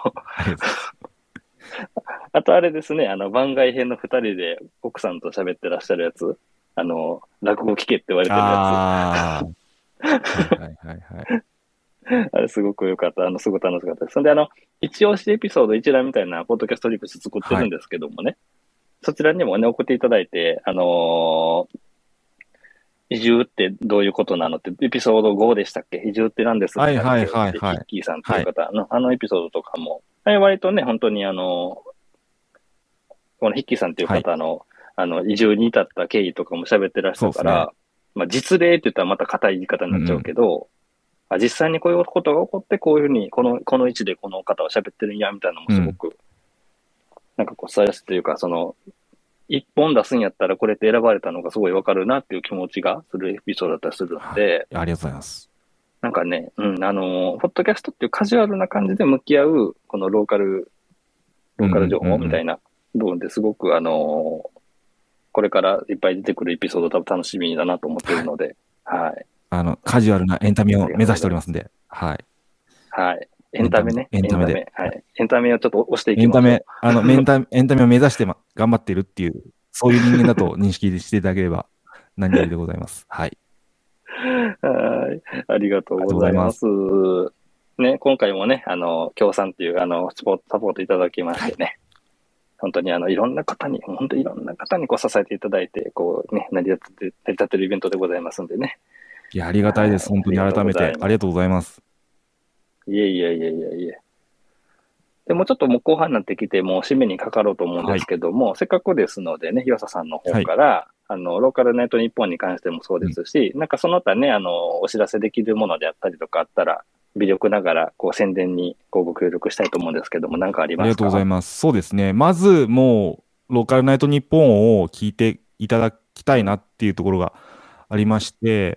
あとあれですね、あの、番外編の二人で奥さんと喋ってらっしゃるやつ、あの、落語聞けって言われてるやつ。あはいはいはいはい。あれすごく良かった。あの、すごく楽しかったです。そんで、あの、一押しエピソード一覧みたいな、ポッドキャストリップス作ってるんですけどもね、はい、そちらにもね、送っていただいて、あのー、移住ってどういうことなのって、エピソードごでしたっけ移住って何ですかはいはいはいはい。 ヒッキーさんっていう方の、はい、あのエピソードとかも、あれ割とね、本当にあの、このヒッキーさんっていう方の、はい、あの、移住に至った経緯とかも喋ってらっしゃるから、ね、まあ実例って言ったらまた硬い言い方になっちゃうけど、うん、実際にこういうことが起こって、こういうふうに、この、この位置でこの方は喋ってるんや、みたいなのもすごく、うん、なんかこう、伝えやすいというか、その、一本出すんやったらこれって選ばれたのがすごいわかるなっていう気持ちがするエピソードだったりするので、 ありがとうございます。 なんかね、うん、あの、ポッドキャストっていうカジュアルな感じで向き合う、このローカル、ローカル情報みたいな部分ですごく、あの、これからいっぱい出てくるエピソード多分楽しみだなと思っているので、はい。はい、 あの、カジュアルなエンタメを目指しておりますんで、はい。 はい。エンタメね。エンタメで。はい。エンタメをちょっと押していきましょう。 エンタメ、あの、エンタメ、エンタメを目指して、ま、頑張っているっていう、そういう人間だと認識していただければ何よりでございます。はい。 はい。ありがとうございます。ね、今回もね、あの、協賛っていう、あの、サポートいただきましてね。はい、本当にあの、いろんな方に、本当にいろんな方にこう支えていただいて、こうね、成り立って、成り立ってるイベントでございますんでね。 いや、ありがたいです。本当に改めてありがとうございます。 いえいえいえいえいえ。でもうちょっともう後半になってきて、もう締めにかかろうと思うんですけども、はい、せっかくですのでね、岩佐さんの方から、はい、あの、ローカルナイト日本に関してもそうですし、うん、なんかその他ね、あの、お知らせできるものであったりとかあったら、微力ながら、こう、宣伝にこうご協力したいと思うんですけども、何かありますか？ ありがとうございます。そうですね。まず、もう、ローカルナイト日本を聞いていただきたいなっていうところがありまして、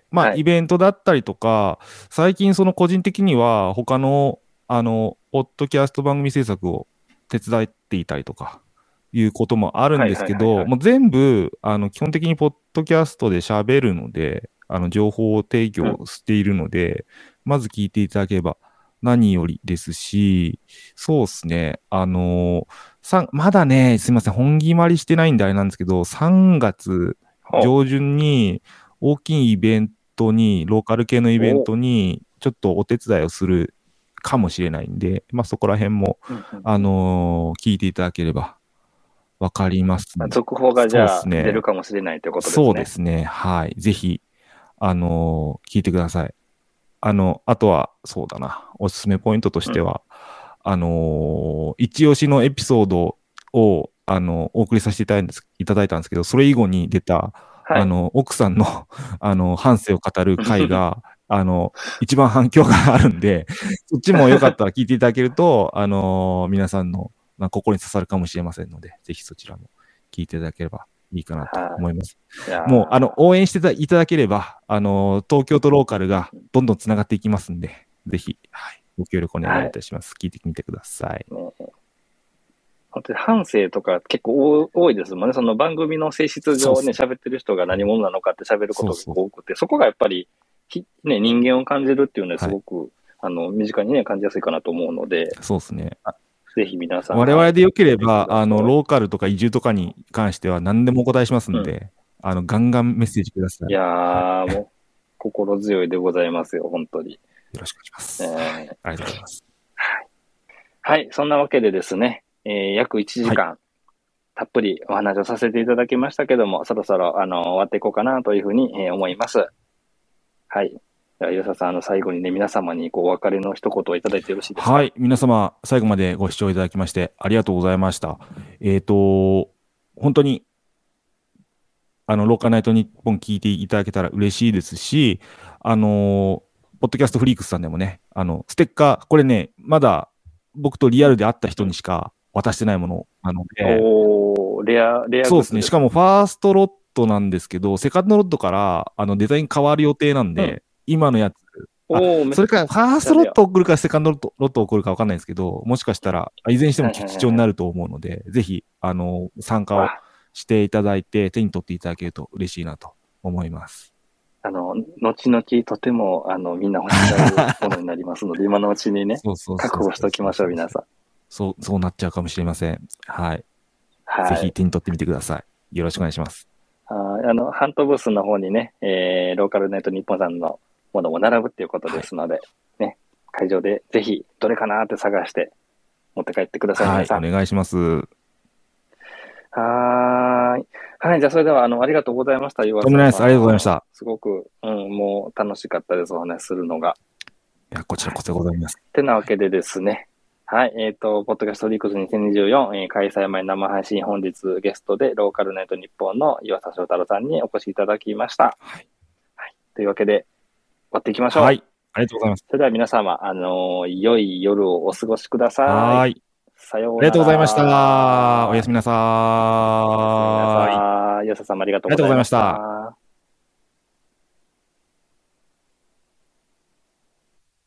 まあ、はい、イベントだったりとか、最近その個人的には、他の、あの、ポッドキャスト番組制作を手伝っていたりとか、 いうこともあるんですけど、もう全部、あの、基本的にポッドキャストで喋るので、あの、情報を提供しているので、うん、まず聞いていただければ何よりですし、そうですね、あのー、まだね、すいません、本決まりしてないんであれなんですけど、さんがつ上旬に大きいイベントに、ローカル系のイベントに、ちょっとお手伝いをするかもしれないんで、まあそこら辺も、あのー、聞いていただければわかります、 ね。続報がじゃあ、ね、出るかもしれないということですね。 そうですね。はい。ぜひ、あのー、聞いてください。あの、あとは、そうだな、おすすめポイントとしては、うん、あのー、一押しのエピソードを、あの、お送りさせていただいたんです、いただいたんですけど、それ以後に出た、はい、あの、奥さんの、あの、半生を語る回が、あの、一番反響があるんで、そっちもよかったら聞いていただけると、あのー、皆さんの、まあ、心に刺さるかもしれませんので、ぜひそちらも聞いていただければいいかなと思います。もう、あの、応援していただければ、あの、東京とローカルがどんどんつながっていきますんで、ぜひ、はい、ご協力お願いいたします。はい、聞いてみてください。ね、 本当に反省とか結構多いですもんね。その番組の性質上ね、喋ってる人が何者なのかって喋ることが多くて、そこがやっぱり、ね、人間を感じるっていうのはすごく、はい、あの、身近にね、感じやすいかなと思うので。 そうですね。 ぜひ皆さん。 我々でよければ、あの、ローカルとか移住とかに関しては何でもお答えしますんで、うん、あの、ガンガンメッセージください。 いやー、はい、もう、心強いでございますよ、本当に。 よろしくお願いします。えー、ありがとうございます。 はい。はい、そんなわけでですね、えー、約いちじかん、はい、たっぷりお話をさせていただきましたけども、そろそろ、あの、終わっていこうかなというふうに、えー、思います。はい。では、ゆうささん、あの、最後にね、皆様に、こう、お別れの一言をいただいてよろしいですか？ はい。皆様、最後までご視聴いただきまして、ありがとうございました。えっと、本当に、あの、ローカルナイトニッポン聞いていただけたら嬉しいですし、あの、ポッドキャストフリークスさんでもね、あの、ステッカー、これね、まだ僕とリアルで会った人にしか渡してないものなので。 おー、レア、レア。 そうですね。しかもファーストロットなんですけど、セカンドロットからあのデザイン変わる予定なんで、うん、今のやつ。あそれからファーストロット送るかセカンドロット、ロット送るか分かんないんですけど、もしかしたら、いずれにしても貴重になると思うので、ぜひ、あの、参加をしていただいて、手に取っていただけると嬉しいなと思います。 あの、後々とても、あの、みんな欲しがるものになりますので、今のうちにね、確保しておきましょう、皆さん。 そう、そうなっちゃうかもしれません。はい。はい、ぜひ手に取ってみてください。よろしくお願いします。 ああの、ハントブースの方にね、えー、ローカルネット日本さんのものも並ぶっていうことですので、はい、ね、会場でぜひどれかなって探して持って帰ってください、皆さん。 はい、お願いします。 はーい。はい、じゃあそれでは、あの、ありがとうございました。岩とんでもないです。ありがとうございました。 すごく、うん、もう楽しかったです、お話しするのが。 いや、こちらこそでございます。 てなわけでですね、はい、えっ、ー、と、ポッドキャストリークスにせんにじゅうよん、えー、開催前生配信、本日ゲストでローカルナイト日本の岩佐翔太郎さんにお越しいただきました。はい。はい、というわけで、終わっていきましょう。 はい。ありがとうございます。 それでは皆様、あのー、良い夜をお過ごしください。 はい。 さようなら。 ありがとうございました。おやすみなさーい。 おやすみなさい。岩佐さんもありがとうございました。ありがとうございました。